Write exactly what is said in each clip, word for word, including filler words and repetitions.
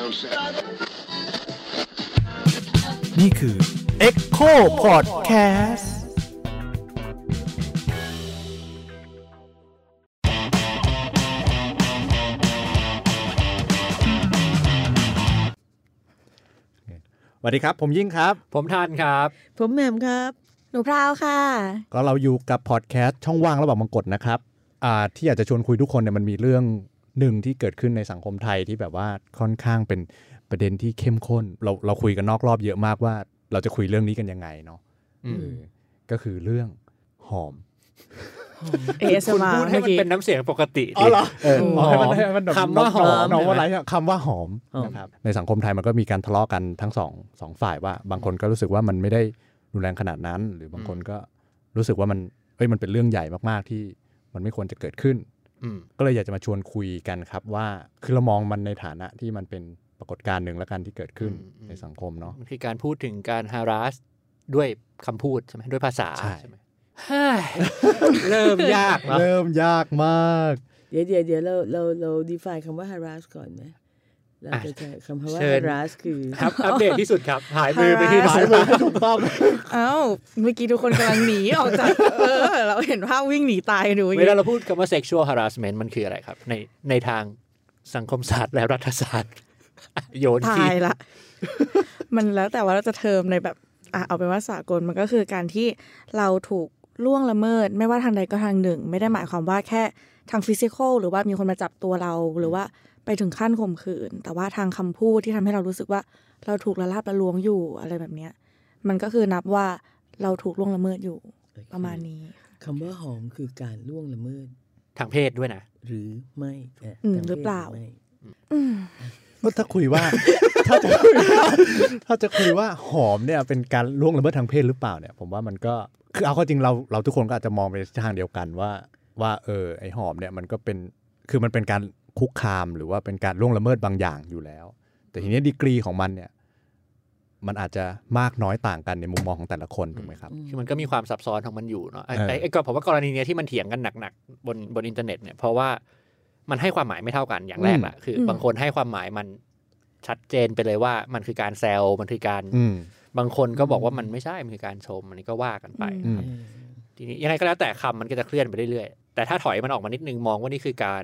นี่คือ Echo Podcastสวัสดีครับผมยิ่งครับผมทันครับผมแหม่มครับหนูพราวค่ะก็เราอยู่กับพอดแคสต์ช่องว่างระหว่างบังกฎนะครับอ่าที่อยากจะชวนคุยทุกคนเนี่ยมันมีเรื่องหนึ่งที่เกิดขึ้นในสังคมไทยที่แบบว่าค่อนข้างเป็นประเด็นที่เข้มข้นเราเราคุยกันนอกรอบเยอะมากว่าเราจะคุยเรื่องนี้กันยังไงเนาะก็คือเรื่องหอมเอสมาพูดให้มันเป็นน้ำเสียงปกติอ๋อเหรอเออให้มันให้มันคำว่าหอมน้องว่าอะไรคำว่าหอมนะครับในสังคมไทยมันก็มีการทะเลาะกันทั้งสองสองฝ่ายว่าบางคนก็รู้สึกว่ามันไม่ได้รุนแรงขนาดนั้นหรือบางคนก็รู้สึกว่ามันเอ้ยมันเป็นเรื่องใหญ่มากๆที่มันไม่ควรจะเกิดขึ้นก็เลยอยากจะมาชวนคุยกันครับว่าคือเรามองมันในฐานะที่มันเป็นปรากฏการณ์หนึ่งแล้วกันที่เกิดขึ้นในสังคมเนาะมันคือการพูดถึงการ harass ด้วยคำพูดใช่ไหมด้วยภาษาใช่ไหมเริ่มยากเริ่มยากมากเดี๋ยวเดี๋ยวเดี๋ยวเราเราเรา define คำว่า harass ก่อนไหมเราจะใช้คำว่า harass คือครับอัปเดตที่สุดครับหายมือไปที่ไหนมาถูกต้องอ้าวเมื่อกี้ทุกคนกำลังหนีออกจากเออเราเห็นภาพวิ่งหนีตายดูเวลาเราพูดคำว่า sexual harassment มันคืออะไรครับในในทางสังคมศาสตร์และรัฐศาสตร์โยนตายละมันแล้วแต่ว่าเราจะเทอมในแบบอ่ะเอาเป็นว่าสากลมันก็คือการที่เราถูกล่วงละเมิดไม่ว่าทางใดก็ทางหนึ่งไม่ได้หมายความว่าแค่ทางฟิสิกอลหรือว่ามีคนมาจับตัวเราหรือว่าไปถึงขั้นข่มขืนแต่ว่าทางคำพูดที่ทำให้เรารู้สึกว่าเราถูกละลาบละลวงอยู่อะไรแบบเนี้ยมันก็คือนับว่าเราถูกล่วงละเมิดอยู่ประมาณนี้คำว่าหอมคือการล่วงละเมิดทางเพศด้วยนะหรือไม่หรือเปล่าถ้าคุยว่าถ้าจะคุยว่าถ้าจะคุยว่าหอมเนี่ยเป็นการล่วงละเมิดทางเพศหรือเปล่าเนี่ยผมว่ามันก็คือเอาเข้าจริงเราเราทุกคนก็อาจจะมองไปทางเดียวกันว่าว่าเออไอหอมเนี่ยมันก็เป็นคือมันเป็นการคุกคามหรือว่าเป็นการล่วงละเมิดบางอย่างอยู่แล้วแต่ทีนี้ดีกรีของมันเนี่ยมันอาจจะมากน้อยต่างกันในมุมมองของแต่ละคนถูกไหมครับคือมันก็มีความซับซ้อนของมันอยู่เนาะไอ้ไอ้ก็ผมว่ากรณีนี้ที่มันเถียงกันหนักๆบนบนอินเทอร์เน็ตเนี่ยเพราะว่ามันให้ความหมายไม่เท่ากันอย่างแรกแหละคือบางคนให้ความหมายมันชัดเจนไปเลยว่ามันคือการแซวมันคือการบางคนก็บอกว่ามันไม่ใช่มันคือการชมอันนี้ก็ว่ากันไปทีนี้ยังไงก็แล้วแต่คำมันก็จะเคลื่อนไปเรื่อยๆแต่ถ้าถอยมันออกมานิดนึงมองว่านี่คือการ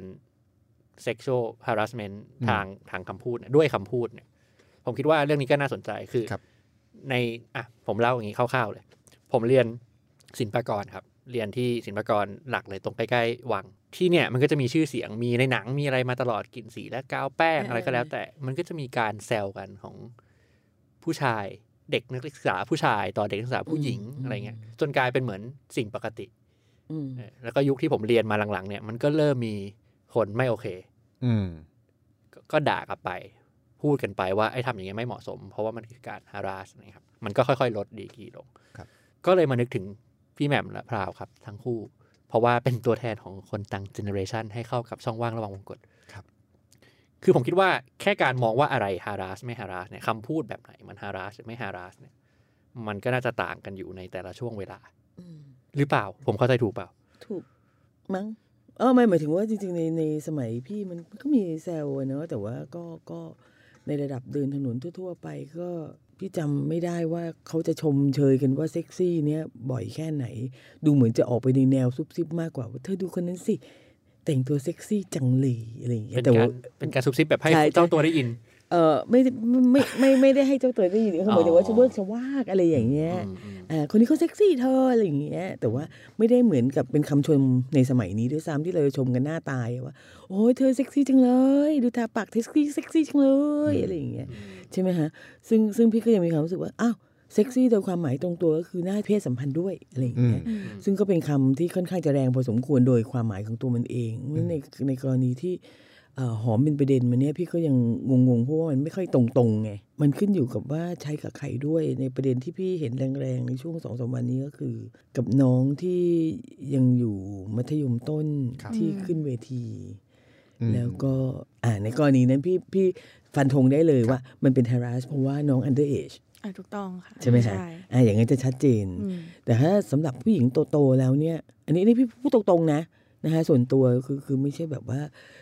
sexual harassment ทางทางคำพูดด้วยคำพูดเนี่ยผมคิดว่าเรื่องนี้ก็น่าสนใจคือในอ่ะผมเล่าอย่างนี้คร่าวๆเลยผมเรียนศิลปากรครับเรียนที่ศิลปากรหลักเลยตรงใกล้ๆวังที่เนี่ยมันก็จะมีชื่อเสียงมีในหนังมีอะไรมาตลอดกลิ่นสีและกาวแป้งอะไรก็แล้วแต่มันก็จะมีการแซวกันของผู้ชายเด็กนักศึกษาผู้ชายต่อเด็กนักศึกษาผู้หญิงอะไรเงี้ยจนกลายเป็นเหมือนสิ่งปกติแล้วก็ยุคที่ผมเรียนมาหลังๆเนี่ยมันก็เริ่มมีคนไม่โอเคก็ด่ากลับไปพูดกันไปว่าไอ้ทำอย่างเงี้ยไม่เหมาะสมเพราะว่ามันคือการ harass นะครับมันก็ค่อยๆลดดีกรีลงก็เลยมานึกถึงพี่แหม่มและพราวครับทั้งคู่เพราะว่าเป็นตัวแทนของคนต่างเจเนอเรชันให้เข้ากับช่องว่างระหว่างวงกฎครับคือผมคิดว่าแค่การมองว่าอะไร harass ไม่ harass เนี่ยคำพูดแบบไหนมัน harass หรือไม่ harass เนี่ยมันก็น่าจะต่างกันอยู่ในแต่ละช่วงเวลาหรือเปล่าผมเข้าใจถูกเปล่าถูกมั้งเออไม่หมายถึงว่าจริงๆในในสมัยพี่มันก็มีแซวเนอะแต่ว่าก็ก็ในระดับเดินถนนทั่วๆไปก็พี่จำไม่ได้ว่าเขาจะชมเชยกันว่าเซ็กซี่เนี้ยบ่อยแค่ไหนดูเหมือนจะออกไปในแนวซุบซิบมากกว่าว่าเธอดูคนนั้นสิแต่งตัวเซ็กซี่จังเลยอะไรอย่างเงี้ยแต่ว่าเป็นการซุบซิบแบบให้เจ้าตัวได้ยินเออไม่ไม่ไม่ไม่ได้ให้เจ้าตัวได้ยินเขาบอกแต่ว่าชวกชวากอะไรอย่างเงี้ยอ่าคนนี้เขาเซ็กซี่เธออะไรอย่างเงี้ยแต่ว่าไม่ได้เหมือนกับเป็นคำชมในสมัยนี้ด้วยซ้ำที่เราชมกันหน้าตายว่าโอ้ยเธอเซ็กซี่จังเลยดูทาปากเซ็กซี่เซ็กซี่จังเลยอะไรอย่างเงี้ยใช่ไหมฮะซึ่งซึ่งพี่ก็ยังมีความรู้สึกว่าอ้าวเซ็กซี่โดยความหมายตรงตัวก็คือหน้าเพศสัมพันธ์ด้วยอะไรอย่างเงี้ยซึ่งก็เป็นคำที่ค่อนข้างจะแรงพอสมควรโดยความหมายของตัวมันเองในในกรณีที่หอมเป็นประเด็นมันเนี้ยพี่ก็ยังงงๆเพราะว่ามันไม่ค่อยตรงๆไงมันขึ้นอยู่กับว่าใช้กับใครด้วยในประเด็นที่พี่เห็นแรงๆในช่วง สองถึงสาม วันนี้ก็คือกับน้องที่ยังอยู่มัธยมต้นที่ขึ้นเวทีแล้วก็อ่าในกรณีนั้นพี่พี่ฟันธงได้เลยว่ามันเป็น harass เพราะว่าน้อง underage อ่ะถูกต้องค่ะใช่ไหมคะอ่าอย่างนั้นจะชัดเจนแต่ถ้าสำหรับผู้หญิงโตๆแล้วเนี่ยอันนี้นี่พี่พูดตรงๆนะนะฮะส่วนตัวคือคือไม่ใช่แบบว่าเ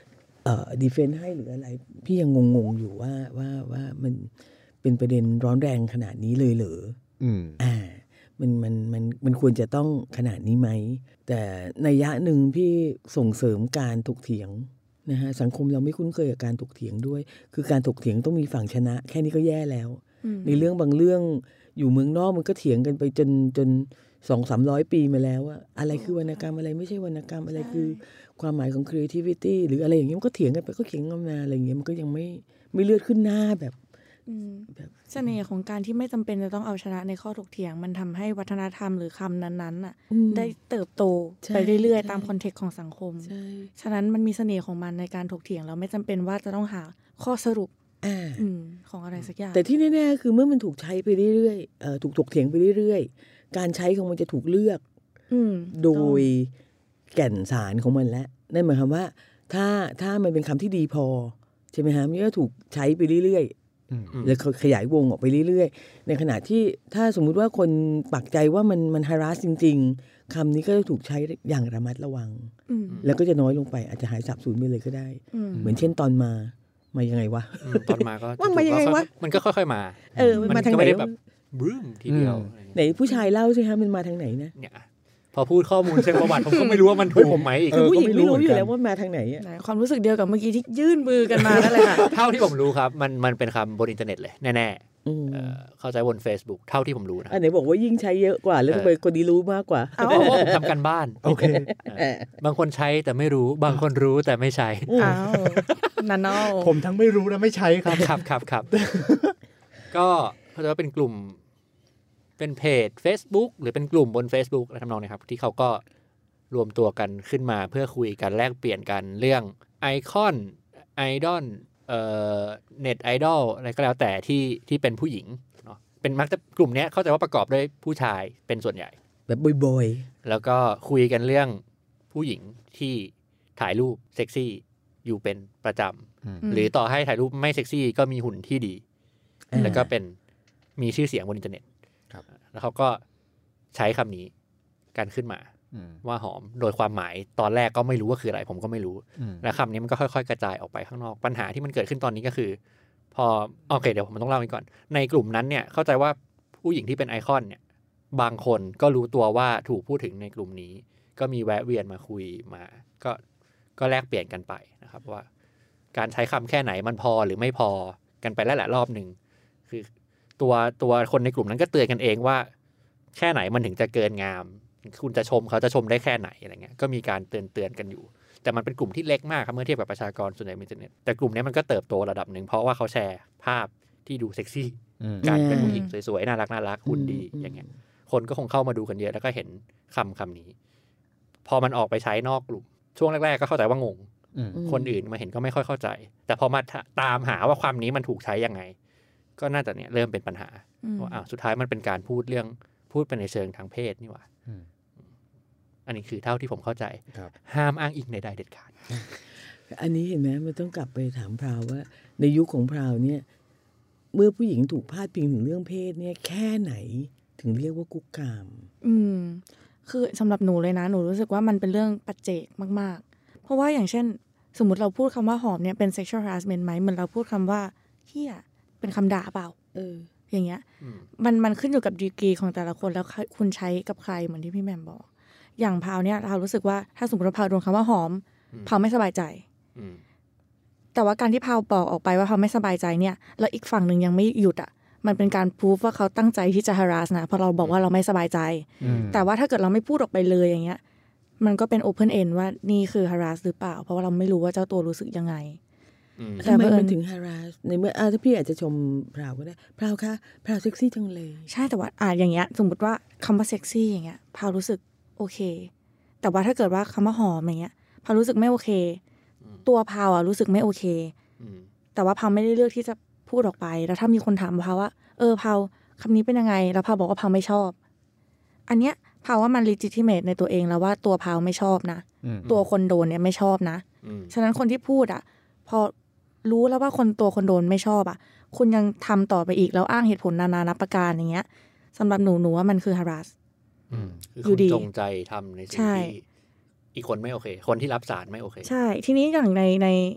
อ่อดีเฟนต์ให้หรืออะไรพี่ยังงงๆอยู่ว่าว่าว่ามันเป็นประเด็นร้อนแรงขนาดนี้เลยเหรออืมอ่ามันมันมันมันควรจะต้องขนาดนี้ไหมแต่นัยยะหนึ่งพี่ส่งเสริมการถกเถียงนะฮะสังคมเราไม่คุ้นเคยกับการถกเถียงด้วยคือการถกเถียงต้องมีฝั่งชนะแค่นี้ก็แย่แล้วในเรื่องบางเรื่องอยู่เมืองนอกมันก็เถียงกันไปจนจนสองสามร้อยปีมาแล้วว่าอะไรคือวรรณกรรมอะไรไม่ใช่วรรณกรรมอะไรคือความหมายของ creativity หรืออะไรอย่างเงี้ยมันก็เถียงกันไปก็เถียงกันมาอะไรอย่างเงี้ยมันก็ยังไม่ไม่เลือดขึ้นหน้าแบบแบบเสน่ห์ของการที่ไม่จำเป็นจะต้องเอาชนะในข้อถกเถียงมันทำให้วัฒนธรรมหรือคำนั้นๆน่ะได้เติบโตไปเรื่อยๆตามคอนเทกต์ของสังคมฉะนั้นมันมีเสน่ห์ของมันในการถกเถียงแล้วไม่จำเป็นว่าจะต้องหาข้อสรุปของอะไรสักอย่างแต่ที่แน่ๆคือเมื่อมันถูกใช้ไปเรื่อยๆถูกถกเถียงไปเรื่อยๆการใช้ของมันจะถูกเลือกโดยแก่นสารของมันแล้วนั่นหมายความว่าถ้าถ้ามันเป็นคำที่ดีพอใช่ไหมฮะมันก็ถูกใช้ไปเรื่อยๆแล้วขยายวงออกไปเรื่อยๆในขณะที่ถ้าสมมุติว่าคนปักใจว่ามันมัน harass จริงๆคำนี้ก็จะถูกใช้อย่างระมัดระวังแล้วก็จะน้อยลงไปอาจจะหายสับสูญไปเลยก็ได้เหมือนเช่นตอนมามายังไงวะตอนมาก็ว่ามายังไงวะมันก็ค่อยๆมาเออมันมาทางไหนแบบบึ้มทีเดียวไหนผู้ชายเล่าสิฮะมันมาทางไหนนะเนี่ยพอพูดข้อมูลเชิงประวัติผมก็ไม่รู้ว่ามันถูกไหมอีกคือผู้หญิงไม่รู้อยู่แล้วว่ามาทางไหนอ่ะความรู้สึกเดียวกับเมื่อกี้ที่ยื่นมือกันมานั่นแหละค่ะเท่าที่ผมรู้ครับมันมันเป็นคำบนอินเทอร์เน็ตเลยแน่ๆเข้าใจบน Facebook เท่าที่ผมรู้นะอันไหนบอกว่ายิ่งใช้เยอะกว่าแล้วทำไมคนนี้รู้มากกว่าเพราะว่าผมทำกันบ้านโอเคบางคนใช้แต่ไม่รู้บางคนรู้แต่ไม่ใช้อ้าวนั่นเนาะผมทั้งไม่รู้และไม่ใช้ครับครับครับครับก็เขาจะว่าเป็นกลุ่มเป็นเพจ Facebook หรือเป็นกลุ่มบน Facebook อะไรทำนองนี้ครับที่เขาก็รวมตัวกันขึ้นมาเพื่อคุยกันแลกเปลี่ยนกันเรื่องไอคอนไอดอลเอ่อเน็ตไอดอลอะไรก็แล้วแต่ที่ที่เป็นผู้หญิงเนาะเป็นมักจะกลุ่มนี้เข้าใจว่าประกอบด้วยผู้ชายเป็นส่วนใหญ่แบบบอยๆแล้วก็คุยกันเรื่องผู้หญิงที่ถ่ายรูปเซ็กซี่อยู่เป็นประจำหรือต่อให้ถ่ายรูปไม่เซ็กซี่ก็มีหุ่นที่ดีแล้วก็เป็นมีชื่อเสียงบนอินเทอร์เน็ตแล้วเขาก็ใช้คำนี้กันขึ้นมาว่าหอมโดยความหมายตอนแรกก็ไม่รู้ว่าคืออะไรผมก็ไม่รู้และคำนี้มันก็ค่อยๆกระจายออกไปข้างนอกปัญหาที่มันเกิดขึ้นตอนนี้ก็คือพอโอเคเดี๋ยวผมต้องเล่าอีกก่อนในกลุ่มนั้นเนี่ยเข้าใจว่าผู้หญิงที่เป็นไอคอนเนี่ยบางคนก็รู้ตัวว่าถูกพูดถึงในกลุ่มนี้ก็มีแวะเวียนมาคุยมาก็ก็แลกเปลี่ยนกันไปนะครับว่าการใช้คำแค่ไหนมันพอหรือไม่พอกันไปแล้วแหละรอบนึงคือตัวตัวคนในกลุ่มนั้นก็เตือนกันเองว่าแค่ไหนมันถึงจะเกินงามคุณจะชมเขาจะชมได้แค่ไหนอะไรเงี้ยก็มีการเตือนเตือนกันอยู่แต่มันเป็นกลุ่มที่เล็กมากครับเมื่อเทียบกับประชากรส่วนใหญ่ในอินเทอร์เน็ตแต่กลุ่มนี้มันก็เติบโตระดับหนึ่งเพราะว่าเขาแชร์ภาพที่ดูเซ็กซี่การเป็นผู้หญิงสวยๆน่ารักน่ารักหุ่นดีอย่างเงี้ยคนก็คงเข้ามาดูกันเยอะแล้วก็เห็นคำคำนี้พอมันออกไปใช้นอกกลุ่มช่วงแรกๆก็เข้าใจว่างงคนอื่นมาเห็นก็ไม่ค่อยเข้าใจแต่พอมาตามหาว่าความนี้มันถูกใช้ยังไงก็น่าจะเนี่ยเริ่มเป็นปัญหาว่าอ้าวสุดท้ายมันเป็นการพูดเรื่องพูดไปในเชิงทางเพศนี่หว่าอันนี้คือเท่าที่ผมเข้าใจห้ามอ้างอิงใดๆเด็ดขาดอันนี้เห็นไหมมันต้องกลับไปถามพราวว่าในยุคของพราวเนี่ยเมื่อผู้หญิงถูกพาดพิงถึงเรื่องเพศเนี่ยแค่ไหนถึงเรียกว่าคุกคามอืมคือสำหรับหนูเลยนะหนูรู้สึกว่ามันเป็นเรื่องปัจเจกมากๆเพราะว่าอย่างเช่นสมมติเราพูดคำว่าหอมเนี่ยเป็น sexual harassment ไหมเหมือนเราพูดคำว่าเหี้ยเป็นคำด่าเปล่าเอออย่างเงี้ยมันมันขึ้นอยู่กับดีกรีของแต่ละคนแล้วคุณใช้กับใครเหมือนที่พี่แหม่มบอกอย่างพาวเนี่ยเรารู้สึกว่าถ้าสมมติว่าพาวโดนคำว่าหอมพาวไม่สบายใจแต่ว่าการที่พาวบอกออกไปว่าพาวไม่สบายใจเนี่ยแล้วอีกฝั่งหนึ่งยังไม่หยุดอ่ะมันเป็นการพูฟว่าเขาตั้งใจที่จะ harass นะเพราะเราบอกว่าเราไม่สบายใจแต่ว่าถ้าเกิดเราไม่พูดออกไปเลยอย่างเงี้ยมันก็เป็น open end ว่านี่คือ harass หรือเปล่าเพราะว่าเราไม่รู้ว่าเจ้าตัวรู้สึกยังไงทำไมมันถึง harass ในเมื่อถ้าพี่อาจจะชมพราวก็ได้พราวคะพราวเซ็กซี่จังเลยใช่แต่ว่าอ่าอย่างเงี้ยสมมติว่าคำว่าเซ็กซี่อย่างเงี้ยพราวรู้สึกโอเคแต่ว่าถ้าเกิดว่าคำว่าหอมอย่างเงี้ยพาวรู้สึกไม่โอเคตัวพาวอ่ะรู้สึกไม่โอเคแต่ว่าพาวไม่ได้เลือกที่จะพูดออกไปแล้วถ้ามีคนถามพาวว่าเออพาวคำนี้เป็นยังไงแล้วพาวบอกว่าพาวไม่ชอบอันเนี้ยพาวว่ามัน legitimate ในตัวเองแล้วว่าตัวพาวไม่ชอบนะตัวคนโดนเนี่ยไม่ชอบนะฉะนั้นคนที่พูดอ่ะพอรู้แล้วว่าคนตัวคนโดนไม่ชอบอ่ะคุณยังทำต่อไปอีกแล้วอ้างเหตุผลนานานับประการอย่างเงี้ยสำหรับหนูหนูว่ามันคือ harass คือคุณจงใจทำในสิ่งที่อีกคนไม่โอเคคนที่รับสารไม่โอเคใช่ทีนี้อย่างในใน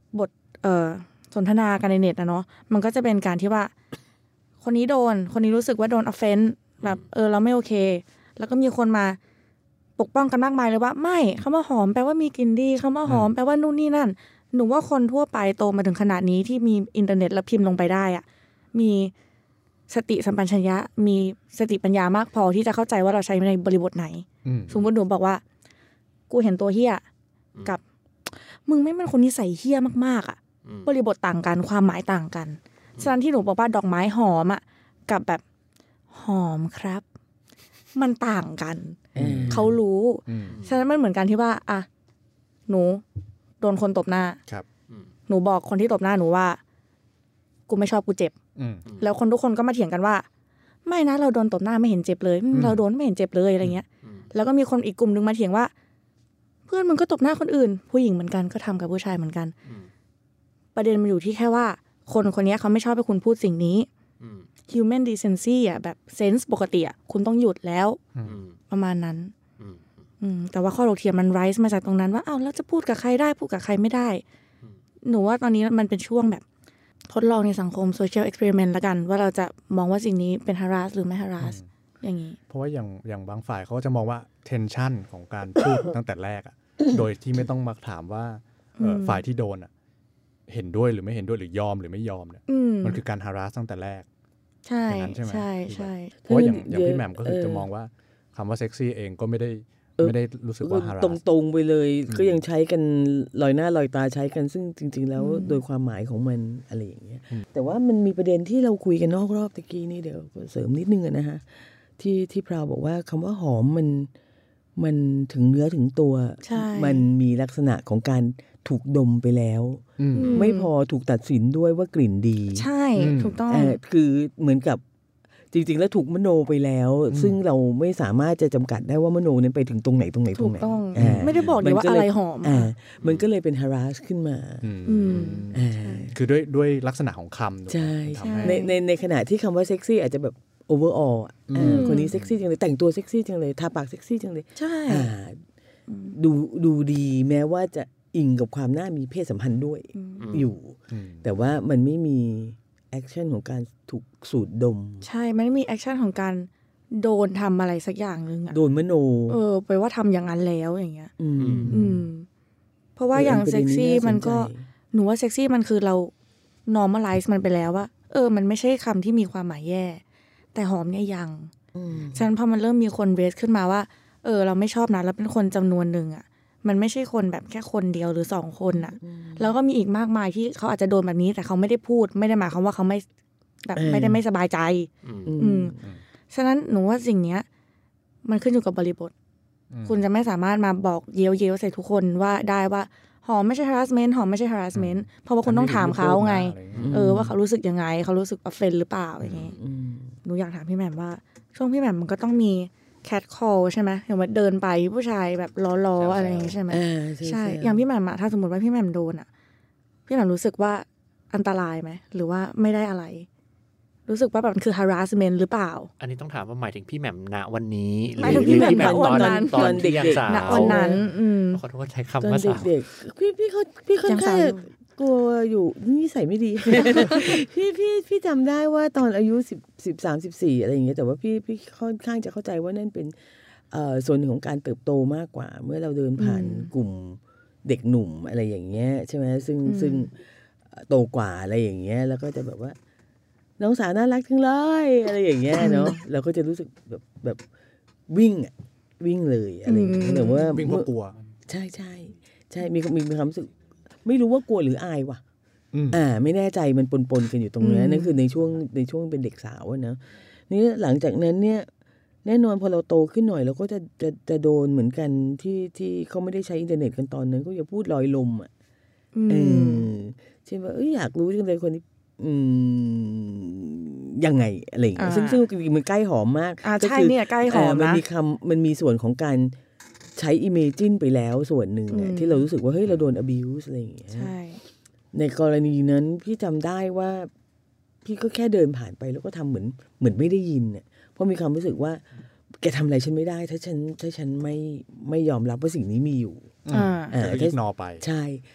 บทเอ่อสนทนากันในเน็ตนะเนาะมันก็จะเป็นการที่ว่าคนนี้โดนคนนี้รู้สึกว่าโดน offense แบบเออเราไม่โอเคแล้วก็มีคนมาปกป้องกันมากมายเลยว่าไม่คำว่าหอมแปลว่ามีกลิ่นดีคำว่าหอมแปลว่านู่นนี่นั่นหนูว่าคนทั่วไปโตมาถึงขนาดนี้ที่มีอินเทอร์เน็ตแล้วพิมพ์ลงไปได้อ่ะมีสติสัมปชัญญะมีสติปัญญามากพอที่จะเข้าใจว่าเราใช้ในบริบทไหนสมมติหนูบอกว่ากูเห็นตัวเหี้ยกับมึงไม่เป็นคนนิสัยเหี้ยมากๆอ่ะบริบทต่างกันความหมายต่างกันฉะนั้นที่หนูบอกว่าดอกไม้หอมอ่ะกับแบบหอมครับมันต่างกันเขารู้ฉะนั้นมันเหมือนกันที่ว่าอ่ะหนูโดนคนตบหน้าหนูบอกคนที่ตบหน้าหนูว่ากูไม่ชอบกูเจ็บแล้วคนทุกคนก็มาเถียงกันว่าไม่นะเราโดนตบหน้าไม่เห็นเจ็บเลยเราโดนไม่เห็นเจ็บเลยอะไรเงี้ยแล้วก็มีคนอีกกลุ่มนึงมาเถียงว่าเพื่อนมึงก็ตบหน้าคนอื่นผู้หญิงเหมือนกันก็ทำกับผู้ชายเหมือนกันประเด็นมันอยู่ที่แค่ว่าคนคนนี้เขาไม่ชอบให้คุณพูดสิ่งนี้ human decency อ่ะแบบ sense ปกติอ่ะคุณต้องหยุดแล้วประมาณนั้นแต่ว่าข้อถกเถียงมัน rise มาจากตรงนั้นว่าอ้าวแล้วจะพูดกับใครได้พูดกับใครไม่ได้หนูว่าตอนนี้มันเป็นช่วงแบบทดลองในสังคม social experiment ละกันว่าเราจะมองว่าสิ่งนี้เป็น harass หรือไม่ harass อย่างนี้เพราะว่าอย่างอย่างบางฝ่ายเขาก็จะมองว่า tension ของการพูด ตั้งแต่แรกอ่ะ โดยที่ไม่ต้องมาถามว่าฝ่ายที่โดนอ่ะเห็นด้วยหรือไม่เห็นด้วยหรือยอมหรือไม่ยอมเนี่ยมันคือการ harass ตั้งแต่แรกใช่ใช่ใช่ใช่เพราะอย่างอย่างพี่แหม่มก็คือจะมองว่าคำว่าเซ็กซี่เองก็ไม่ได้ไม่ได้รู้สึกว่า harass ตรงๆไปเลยก็ยังใช้กันลอยหน้าลอยตาใช้กันซึ่งจริงๆแล้วโดยความหมายของมันอะไรอย่างเงี้ยแต่ว่ามันมีประเด็นที่เราคุยกันนอกรอบตะกี้นี่เดี๋ยวเสริมนิดนึงนะฮะที่ที่พราวบอกว่าคำว่าหอมมันมันถึงเนื้อถึงตัวมันมีลักษณะของการถูกดมไปแล้วไม่พอถูกตัดสินด้วยว่ากลิ่นดีใช่ถูกต้องคือเหมือนกับจริงๆแล้วถูกมโนไปแล้วซึ่งเราไม่สามารถจะจำกัดได้ว่ามโนนั้นไปถึงตรงไหนตรงไหนตรงไหนไม่ได้บอกเลยว่าอะไรหอมมันก็เลยเป็น harass ขึ้นมาคือด้วยด้วยลักษณะของคำใช่ในในในขณะที่คำว่าเซ็กซี่อาจจะแบบ overall คนนี้เซ็กซี่จังเลยแต่งตัวเซ็กซี่จังเลยทาปากเซ็กซี่จังเลยใช่ดูดูดีแม้ว่าจะอิงกับความน่ามีเพศสัมพันธ์ด้วยอยู่แต่ว่ามันไม่มีแอคชั่นของการถูกสูดดมใช่มันไม่มีแอคชั่นของการโดนทำอะไรสักอย่างนึงอะโดนมโนเออไปว่าทำอย่างนั้นแล้วอย่างเงี้ยอืมอืมเพราะว่าอย่างเซ็กซี่มันก็หนูว่าเซ็กซี่มันคือเรา normalize มันไปแล้วว่าเออมันไม่ใช่คำที่มีความหมายแย่แต่หอมเนี่ยยังฉะนั้นพอมันเริ่มมีคนเรสขึ้นมาว่าเออเราไม่ชอบนะแล้วเป็นคนจำนวนหนึ่งอะมันไม่ใช่คนแบบแค่คนเดียวหรือสองคนน่ะแล้วก็มีอีกมากมายที่เขาอาจจะโดนแบบนี้แต่เขาไม่ได้พูดไม่ได้หมายความว่าเขาไม่แบบไม่ได้ไม่สบายใจอืมฉะนั้นหนูว่าสิ่งเนี้ยมันขึ้นอยู่กับบริบทคุณจะไม่สามารถมาบอกเย้ยวเย้ยวใส่ทุกคนว่าได้ว่าหอมไม่ใช่ harassment หอมไม่ใช่ harassment เพราะว่าคุณต้องถามเขาไงเออว่าเขารู้สึกยังไงเขารู้สึก offend หรือเปล่าอย่างเงี้ยหนูอยากถามพี่แหม่มว่าช่วงพี่แหม่มมันก็ต้องมีแคทคอลใช่ไหมอย่างว่าเดินไปผู้ชายแบบล้อๆอะไรอย่างงี้ใช่ไหมใช่อย่างพี่แหม่มอะถ้าสมมติว่าพี่แหม่มโดนอะพี่แหม่มรู้สึกว่าอันตรายไหมหรือว่าไม่ได้อะไรรู้สึกว่าแบบมันคือ harassment หรือเปล่าอันนี้ต้องถามว่าหมายถึงพี่แหม่มณวันนี้หมายถึงพี่แหม่มณวันนั้นตอนเด็กๆณวันนั้นขอโทษใช้คำว่าสาวเด็กๆพี่พี่เขาพี่ค่อนข้างกลัวอยู่นิสัยไม่ดี พี่พี่พี่จำได้ว่าตอนอายุสิบสิบสามสิบสี่อะไรอย่างเงี้ยแต่ว่าพี่พี่ค่อนข้างจะเข้าใจว่านั่นเป็นเอ่อส่วนหนึ่งของการเติบโตมากกว่าเมื่อเราเดินผ่านกลุ่มเด็กหนุ่มอะไรอย่างเงี้ยใช่ไหมซึ่งซึ่งโตกว่าอะไรอย่างเงี้ยแล้วก็จะแบบว่าน้องสาวน่ารักจังเลยอะไรอย่างเงี้ยเนาะเราก็จะรู้สึกแบบแบบวิ่งอ่ะวิ่งเลยอะไรอย่างเงี้ยแต่ว่าวิ่งเพราะกลัวใช่ใช่ใช่มีมีความรู้สึกไม่รู้ว่ากลัวหรืออายว่ะอ่าไม่แน่ใจมันปนๆกันอยู่ตรงนี้นั่นคือในช่วงในช่วงเป็นเด็กสาวนะนี่หลังจากนั้นเนี่ยแน่นอนพอเราโตขึ้นหน่อยเราก็จะจะจะโดนเหมือนกันที่ที่เขาไม่ได้ใช้อินเทอร์เน็ตกันตอนนั้นก็จะพูดลอยลมอ่ะเออเช่นว่าเอ้ยอยากรู้จังเลยคนนี้อืมยังไงอะไรอย่างเงี้ยซึ่งซึ่งมันใกล้หอมมากใช่เนี่ยใกล้หอมนะมันมีคำมันมีส่วนของการใช้อิเมจินไปแล้วส่วนหนึ่งที่เรารู้สึกว่าเฮ้ยเราโดน abuse อะไรอย่างเงี้ยในกรณีนั้นพี่จำได้ว่าพี่ก็แค่เดินผ่านไปแล้วก็ทำเหมือนเหมือนไม่ได้ยินเนี่ยเพราะมีความรู้สึกว่าแกทำอะไรฉันไม่ได้ถ้าฉันถ้าฉันไม่ไม่ยอมรับว่าสิ่งนี้มีอยู่อ่าจะอิกนอไปใช่ค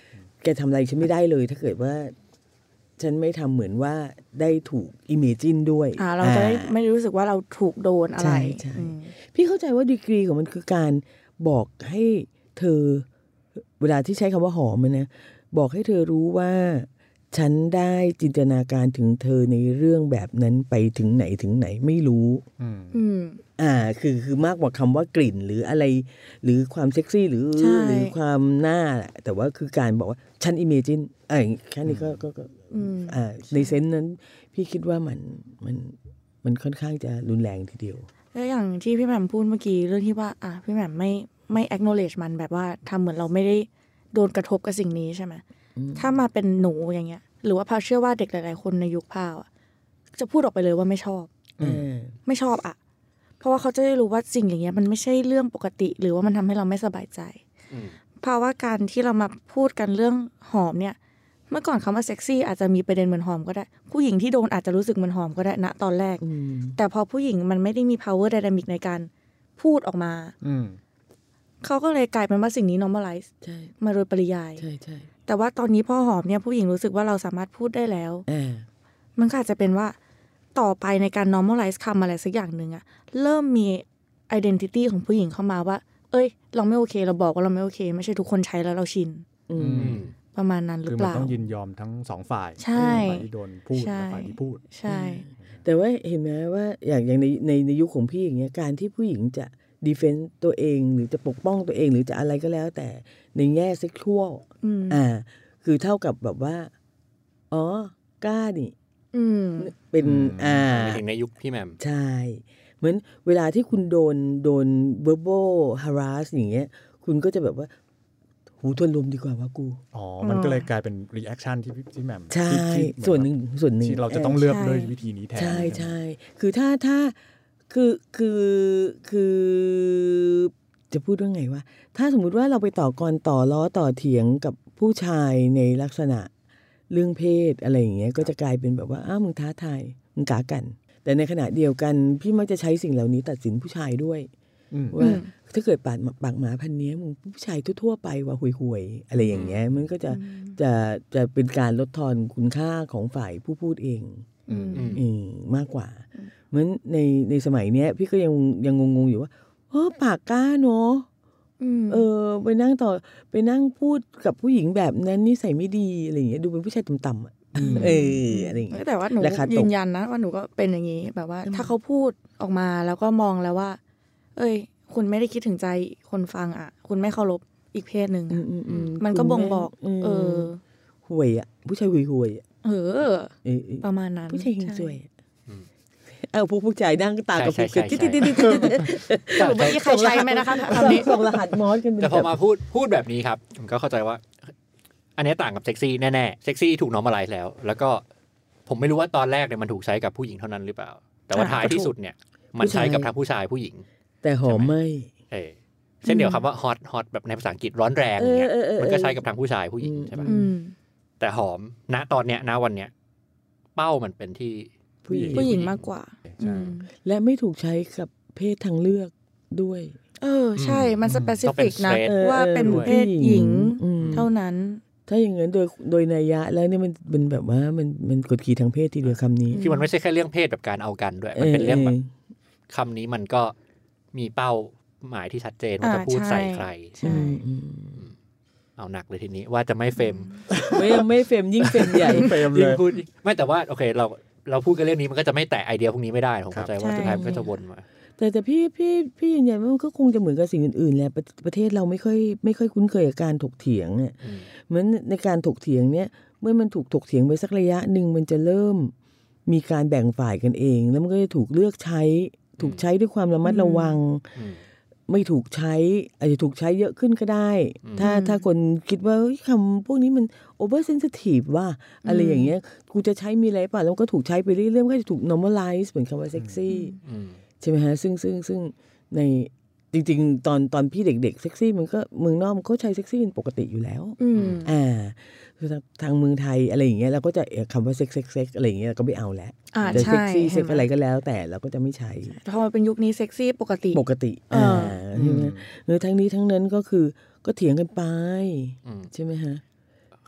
แกทำอะไรฉันไม่ได้เลยถ้าเกิดว่าฉันไม่ทำเหมือนว่าได้ถูกอิเมจินด้วยอ่าเราจะได้ไม่รู้สึกว่าเราถูกโดนอะไรใช่ใช่พี่เข้าใจว่าดีกรีของมันคือการบอกให้เธอเวลาที่ใช้คำว่าหอมมันนะบอกให้เธอรู้ว่าฉันได้จินตนาการถึงเธอในเรื่องแบบนั้นไปถึงไหนถึงไหนไม่รู้อืมอ่าคือคือมากกว่าคำว่ากลิ่นหรืออะไรหรือความเซ็กซี่หรือหรือความหน้าแต่ว่าคือการบอกว่าฉันอิเมจินไอ้แค่นี้ก็ก็ก็อ่าในเซนส์นั้นพี่คิดว่ามันมันมันค่อนข้างจะรุนแรงทีเดียวแล้วอย่างที่พี่แหม่มพูดเมื่อกี้เรื่องที่ว่าอ่ะพี่แหม่มไม่ไม่ acknowledge มันแบบว่าทำเหมือนเราไม่ได้โดนกระทบกับสิ่งนี้ใช่ไหมถ้ามาเป็นหนูอย่างเงี้ยหรือว่าพาวเชื่อว่าเด็กหลายๆคนในยุคพาวจะพูดออกไปเลยว่าไม่ชอบไม่ชอบอ่ะเพราะว่าเขาจะได้รู้ว่าสิ่งอย่างเงี้ยมันไม่ใช่เรื่องปกติหรือว่ามันทำให้เราไม่สบายใจเพราะว่าการที่เรามาพูดกันเรื่องหอมเนี่ยเมื่อก่อนคำว่าเซ็กซี่อาจจะมีประเด็นเหมือนหอมก็ได้ผู้หญิงที่โดนอาจจะรู้สึกเหมือนหอมก็ได้ณตอนแรกแต่พอผู้หญิงมันไม่ได้มี power dynamic ในการพูดออกมาเขาก็เลยกลายเป็นว่าสิ่งนี้ normalize มาโดยปริยายใช่ใช่แต่ว่าตอนนี้พอหอมเนี่ยผู้หญิงรู้สึกว่าเราสามารถพูดได้แล้วมันก็อาจจะเป็นว่าต่อไปในการ normalize คำอะไรสักอย่างหนึ่งอะเริ่มมี identity ของผู้หญิงเข้ามาว่าเอ้ยเราไม่โอเคเราบอกว่าเราไม่โอเคไม่ใช่ทุกคนใช้แล้วเราชินประมาณนั้นหรือเปล่าคือมันต้องยินยอมทั้งสองฝ่ายฝ่ายที่โดนพูดและฝ่ายที่พูดใช่แต่ว่าเห็นไหมว่าอย่างอย่างในในในยุคของพี่อย่างเงี้ยการที่ผู้หญิงจะดีเฟนต์ตัวเองหรือจะปกป้องตัวเองหรือจะอะไรก็แล้วแต่ในแง่เซ็กชวลอ่าคือเท่ากับแบบว่าอ๋อกล้านี่เป็นอ่าถึงในยุคพี่แหม่มใช่เหมือนเวลาที่คุณโดนโดน verbal harass อย่างเงี้ยคุณก็จะแบบว่าหูทวนลมดีกว่าว่ากูอ๋อมันก็เลยกลายเป็นรีแอคชั่นที่พี่แหม่มใช่ส่วนหนึ่งส่วนหนึ่งที่เราจะต้องเลือกด้วยวิธีนี้แทนใช่ใช่คือถ้าถ้าคือคือคือจะพูดว่าไงวะถ้าสมมุติว่าเราไปต่อกรต่อล้อต่อเถียงกับผู้ชายในลักษณะเรื่องเพศอะไรอย่างเงี้ยก็จะกลายเป็นแบบว่าอ้าวมึงท้าทายมึงกากันแต่ในขณะเดียวกันพี่มักจะใช้สิ่งเหล่านี้ตัดสินผู้ชายด้วยว่าถ้าเกิดปากปากหมาพันนี้มึงผู้ชายทั่วๆไปว่าห่วยๆอะไรอย่างเงี้ยมันก็จะจะจะเป็นการลดทอนคุณค่าของฝ่ายผู้พูดเองมากกว่าเหมือนในในสมัยเนี้ยพี่ก็ยังยังงงๆอยู่ว่าเออปากกล้าเนาะเออไปนั่งต่อไปนั่งพูดกับผู้หญิงแบบนั้นนิสัยไม่ดีอะไรอย่างเงี้ยดูเป็นผู้ชายต่ำๆอ่ะเอออะไรอย่างเงี้ยแต่ว่าหนูยืนยันนะว่าหนูก็เป็นอย่างนี้แบบว่าถ้าเขาพูดออกมาแล้วก็มองแล้วว่าเอ้ยคุณไม่ได้คิดถึงใจคนฟังอ่ะคุณไม่เคารพอีกเพศหนึ่งมันก็บ่งบอกเออห่วยอ่ะผู้ชายห่วยห่วยเออประมาณนั้นผู้ชายหิงซวยเออผู้ผู้ชายนั่งตากับผู้กิ๊ดติ๊ดติ๊ดติ๊ดเมื่อกี้ใครใช้ไหมนะคะคำนี้ส่งรหัสมอสกันแต่พอมาพูดพูดแบบนี้ครับผมก็เข้าใจว่าอันนี้ต่างกับเซ็กซี่แน่ๆเซ็กซี่ถูก normalize แล้วแล้วก็ผมไม่รู้ว่าตอนแรกเนี่ยมันถูกใช้กับผู้หญิงเท่านั้นหรือเปล่าแต่ว่าท้ายที่สุดเนี่ยมันใช้กับทั้งผู้ชายผู้หญิงแต่หอมไม่เออเช่นเดียวคำว่าฮอตฮอตแบบในภาษาอังกฤษร้อนแรงเนี่ยมันก็ใช้กับทั้งผู้ชายผู้หญิงใช่ป่ะแต่หอมณตอนเนี้ยณวันเนี้ยเป้ามันเป็นที่ผู้หญิงผู้หญิงมากกว่าและไม่ถูกใช้กับเพศทางเลือกด้วยเออใช่มันสเปซิฟิกนะว่าเป็นเพศหญิงเท่านั้นถ้าอย่างนั้นโดยโดยนัยยะแล้วเนี่ยมันเป็นแบบว่ามันมันกดขี่ทางเพศทีเดียวคำนี้ที่มันไม่ใช่แค่เรื่องเพศแบบการเอากันด้วยมันเป็นเรื่องแบบคำนี้มันก็มีเป้าหมายที่ชัดเจนว่าจะพูดใส่ใครใช่เอาหนักเลยทีนี้ว่าจะไม่เฟมไม่ไม่เฟมยิ่งเฟมใหญ่เฟมเลยพูดไม่แต่ว่าโอเคเราเราพูดกันเรื่องนี้มันก็จะไม่แตะไอเดียพวกนี้ไม่ได้ผมเข้าใจว่าสุดท้ายมันก็จะวนมาแต่แต่พี่พี่พี่ยืนยันว่ามันก็คงจะเหมือนกับสิ่งอื่นๆแหละประเทศเราไม่ค่อยไม่ค่อยคุ้นเคยกับการถกเถียงเนี่ยเหมือนในการถกเถียงเนี่ยเมื่อมันถูกถกเถียงไปสักระยะหนึ่งมันจะเริ่มมีการแบ่งฝ่ายกันเองแล้วมันก็จะถูกเลือกใช้ถูกใช้ด้วยความระมัดระวังไม่ถูกใช้อาจจะถูกใช้เยอะขึ้นก็ได้ถ้าถ้าคนคิดว่าคำพวกนี้มันโอเวอร์เซนซิทีฟว่าอะไรอย่างเงี้ยกูจะใช้มีอะไรป่ะแล้วก็ถูกใช้ไปเรื่อยๆก็จะถูก normalize เหมือนคำว่าเซ็กซี่ใช่ไหมฮะซึ่งซึ่งซึ่งในจริงๆตอนตอนพี่เด็กๆเซ็กซี่มันก็เมืองนอกเขาใช้เซ็กซี่เป็นปกติอยู่แล้วอ่าคือทางเมืองไทยอะไรอย่างเงี้ยเราก็จะคำว่าเซ็กเซ็กเซ็กอะไรอย่างเงี้ยก็ไม่เอาแล้วแต่เซ็กซี่เซ็กอะไรก็แล้วแต่เราก็จะไม่ใช้พอมันเป็นยุคนี้เซ็กซี่ปกติปกติอ่าใช่ไหมเออทั้งนี้ทั้งนั้นก็คือก็เถียงกันไปใช่ไหมฮะ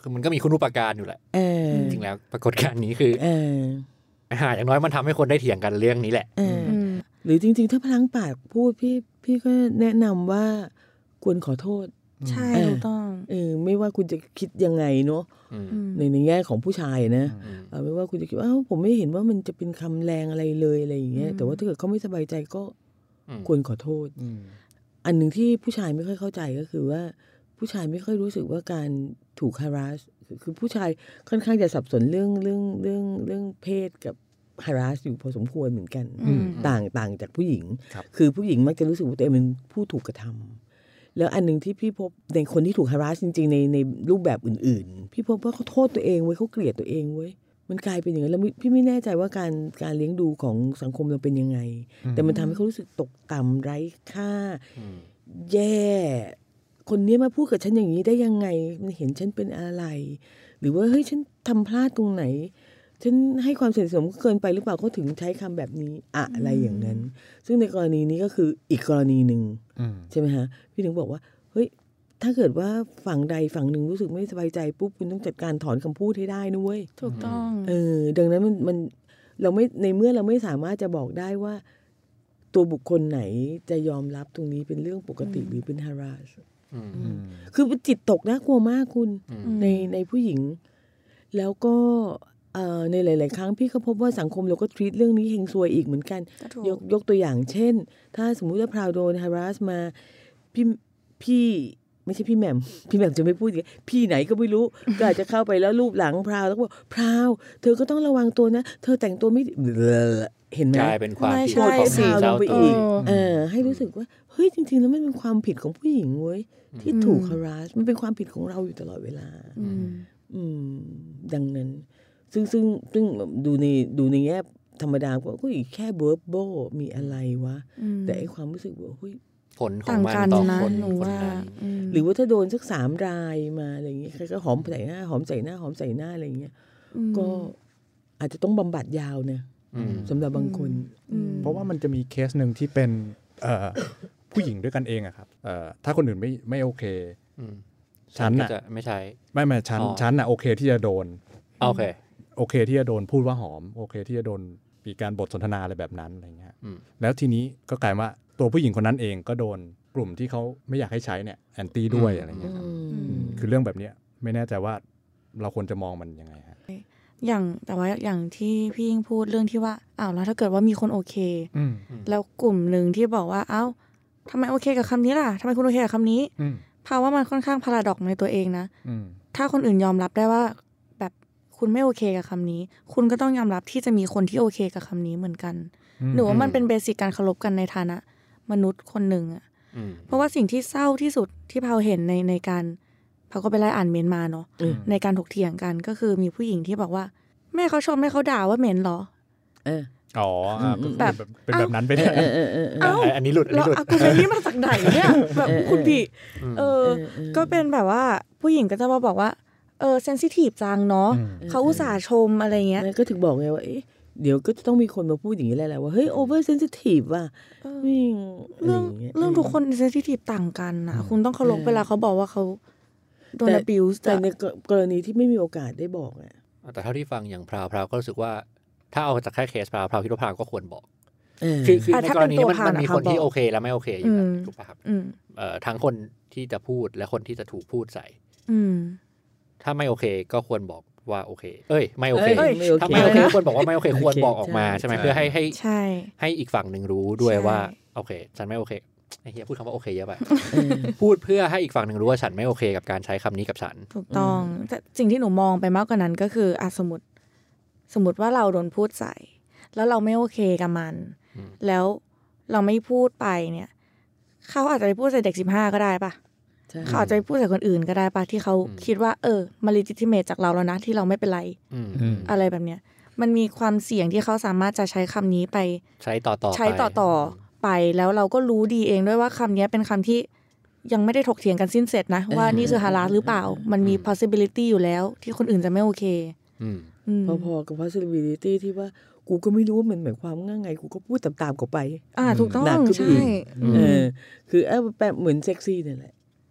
คือมันก็มีคุณูปการอยู่แหละเออจริงๆแล้วปรากฏการณ์นี้คือเออหาอย่างน้อยมันทำให้คนได้เถียงกันเรื่องนี้แหละเออหรือจริงๆถ้าพลั้งปากพูดพี่พี่ก็แนะนำว่าควรขอโทษใช่เออถูกต้องเออไม่ว่าคุณจะคิดยังไงเนาะอืมในในแง่ของผู้ชายนะอืมเออไม่ว่าคุณจะคิดว่าเอ้าผมไม่เห็นว่ามันจะเป็นคำแรงอะไรเลยอะไรอย่างเงี้ยแต่ว่าถ้าเกิดเขาไม่สบายใจก็อืมควรขอโทษอืมอันหนึ่งที่ผู้ชายไม่ค่อยเข้าใจก็คือว่าผู้ชายไม่ค่อยรู้สึกว่าการถูก harass คือคือผู้ชายค่อนข้างจะสับสนเรื่องเรื่องเรื่องเรื่องเพศกับ harass อยู่พอสมควรเหมือนกันอืมต่างต่างจากผู้หญิงครับคือผู้หญิงมักจะรู้สึกว่าตัวเองเป็นผู้ถูกกระทำแล้วอันหนึ่งที่พี่พบในคนที่ถูก harass จริงๆในในรูปแบบอื่นๆ พี่พบว่าเขาโทษตัวเองเว้ยเขาเกลียดตัวเองเว้ยมันกลายเป็นอย่างนั้นแล้วพี่ไม่แน่ใจว่าการการเลี้ยงดูของสังคมเราเป็นยังไง แต่มันทำให้เขารู้สึกตกต่ำไร้ค่าอืมแย่ คนนี้มาพูดกับฉันอย่างนี้ได้ยังไง มันเห็นฉันเป็นอะไร หรือว่าเฮ้ยฉันทำพลาดตรงไหน ฉันให้ความสนิทสนมเกินไปหรือเปล่าเขาถึงใช้คำแบบนี้อะอะไรอย่างนั้น ซึ่งในกรณีนี้ก็คืออีกกรณีหนึ่งอืมใช่ไหมฮะ พี่ถึงบอกว่า เฮ้ย ถ้าเกิดว่าฝั่งใดฝั่งหนึ่งรู้สึกไม่สบายใจปุ๊บคุณต้องจัดการถอนคำพูดให้ได้นะเว้ยถูกต้องเออ ดังนั้นมันมันเราไม่ในเมื่อเราไม่สามารถจะบอกได้ว่า ตัวบุคคลไหนจะยอมรับตรงนี้เป็นเรื่องปกติหรือเป็น harass อืมอืมคือจิตตกน่ากลัวมากคุณอืมในในผู้หญิง แล้วก็เอ่อในหลาย ๆ ครั้งพี่ก็พบว่าสังคมเราก็ treat เรื่องนี้เฮงซวยอีกเหมือนกันก็ถูกยกยกตัวอย่างเช่น ถ้าสมมุติว่าพราวโดน harass มาพี่พี่ไม่ใช่พี่แหม่ม พี่แหม่มจะไม่พูดอย่างนี้พี่ไหนก็ไม่รู้ ก็อาจจะเข้าไปแล้วรูปหลังพราวแล้วก็บอกพราวเธอก็ต้องระวังตัวนะ เธอแต่งตัวไม่ดีเห็นไหมกลายเป็นความไม่ผิดใช่ของพราวลเจ้างไปตัวอีกเออเออให้รู้สึกว่าเฮ้ยจริง ๆ แล้วมันเป็นความผิดของผู้หญิงเว้ยที่ถูก harass มันเป็นความผิดของเราอยู่ตลอดเวลาอืมอืมดังนั้น ซึ่งซึ่งซึ่งดูในดูในแง่ธรรมดาก็ก็อีกแค่ verbal มีอะไรวะอืมแต่ไอความรู้สึกว่าเฮ้ยผลของต่างมันกันต่อนะคนหนูคนว่านั้นอืมหรือว่าถ้าโดนสักสามรายมาอะไรอย่างเงี้ยใครก็หอมใส่หน้าหอมใส่หน้าหอมใส่หน้าอะไรอย่างเงี้ยอืมก็อาจจะต้องบำบัดยาวนะอืมสำหรับบางคนอืมเพราะว่ามันจะมีเคสหนึ่งที่เป็นเอ่อผู้หญิงด้วยกันเองอะครับเอ่อถ้าคนอื่นไม่ไม่โอเคอืมฉันก็น่ะจะไม่ใช้ไม่ไม่ฉันอ๋อฉันน่ะโอเคที่จะโดนโอเคโอเคที่จะโดนพูดว่าหอม โอเคที่จะโดนมีการบทสนทนาอะไรแบบนั้นอะไรเงี้ยอืมแล้วทีนี้ก็กลายว่าตัวผู้หญิงคนนั้นเองก็โดนกลุ่มที่เขาไม่อยากให้ใช้เนี่ยแอนตี้ด้วยอะไรเงี้ยครับอืมคือเรื่องแบบเนี้ยไม่แน่ใจว่าเราควรจะมองมันยังไงฮะอย่างแต่ว่าอย่างที่พี่ยิ่งพูดเรื่องที่ว่าอ้าวแล้วถ้าเกิดว่ามีคนโอเคอืมแล้วกลุ่มหนึ่งที่บอกว่าเอ้าทำไมโอเคกับคำนี้ล่ะทำไมคุณโอเคกับคำนี้อืมภาวะมันค่อนข้างพาราดอกในตัวเองนะอืมถ้าคนอื่นยอมรับได้ว่าแบบคุณไม่โอเคกับคำนี้ คุณก็ต้องยอมรับที่จะมีคนที่โอเคกับคำนี้เหมือนกันอืมหนูว่ามันเป็นเบสิกการเคารพกันในฐานะมนุษย์คนหนึ่งอะอืมเพราะว่าสิ่งที่เศร้าที่สุดที่พาวเห็นในในการพาวก็ไปไล่อ่านเมนมาเนาะอืมในการถกเถียงกันก็คือมีผู้หญิงที่บอกว่าแม่เขาชมแม่เขาด่าว่าเหม็นเหรอเอออ๋ออ่ะอืมแบบเป็นแบบนั้นไปเนี่ยเออเออเออเออเอ้าอ่ะอันนี้หลุดอันแล้นี้วหลุดอากูเมนนี่มาจากไหนเนี่ยแบบคุณพี่เออ ก็เป็นแบบว่าผู้หญิงก็จะมาบอกว่าเออเซนซิทีฟจังเนาะอืมเขาอุตส่าห์ชมอะไรเงี้ยนั่นก็ถึงบอกไงว่าเอ๊ะเดี๋ยวก็จะต้องมีคนมาพูดอย่างนี้แหละว่าเฮ้ย over sensitive ว่ะวิ่งอะไรเรื่องอย่างเงี้ยเรื่องทุกคนเซนซิทีฟต่างกันนะคุณต้องเคารพเวลาเขาบอกว่าเขาโดน abuse แต่อะในกรณีที่ไม่มีโอกาสได้บอกอ่ะแต่เท่าที่ฟังอย่างพราวพราวก็รู้สึกว่า ถ้าเอาจากแค่เคสพราวพราวคิดว่าพราวก็ควรบอกเออคือคืออ่ะในถ้ากรณีนี้มันเป็นตัวพราวมันมีน่ะคนที่พราวบอกโอเคและไม่โอเคอยู่แล้วอืมถูกป่ะครับอืมเอ่อทั้งคนที่จะพูดและคนที่จะถูกพูดใส่อืมถ้าไม่โอเคก็ควรบอกว่าโอเค เอ้ยไม่โอเคเอ้ยไม่โอเคถ้าไม่โอเคอะไรนะควรบอกว่าไม่โอเคควรบอกออกมาใช่ใช่ไหมใช่เพื่อให้ให้ใช่ให้อีกฝั่งหนึ่งรู้ด้วยใช่ว่าโอเค ฉันไม่โอเคไอ้เฮียพูดคำว่าโอเคเยอะไปเออพูดเพื่อให้อีกฝั่งหนึ่งรู้ว่าฉันไม่โอเคกับการใช้คำนี้กับฉันถูกต้องแต่สิ่งที่หนูมองไปมากกว่านั้นก็คืออ่ะสมมติ สมมติว่าเราโดนพูดใส่ แล้วเราไม่โอเคกับมันอืมแล้วเราไม่พูดไปเนี่ย เขาอาจจะไปพูดใส่เด็กสิบห้าก็ได้ปะใช่เขาอาจจะไปพูดใส่คนอื่นก็ได้ปะที่เขาคิดว่า เออมา legitimate จากเราแล้วนะที่เราไม่เป็นไรอืมอืมอะไรแบบเนี้ย มันมีความเสี่ยงที่เขาสามารถจะใช้คำนี้ไปใช้ต่อต่อใช้ต่อต่อไปแล้วเราก็รู้ดีเองด้วยว่าคำนี้เป็นคำที่ยังไม่ได้ถกเถียงกันสิ้นเสร็จนะ ว่านี่คือฮาราสหรือเปล่า มันมี possibility อยู่แล้ว ที่คนอื่นจะไม่โอเคอืมอืมพอๆกับ possibility ที่ว่ากูก็ไม่รู้ว่ามันหมายความว่าไงกูก็พูดตามๆกูไปอ่าถูกต้องหนักขึ้นไปใช่อีก เออคือเออแบบเหมือนเซ็กซี่นั่นแหละ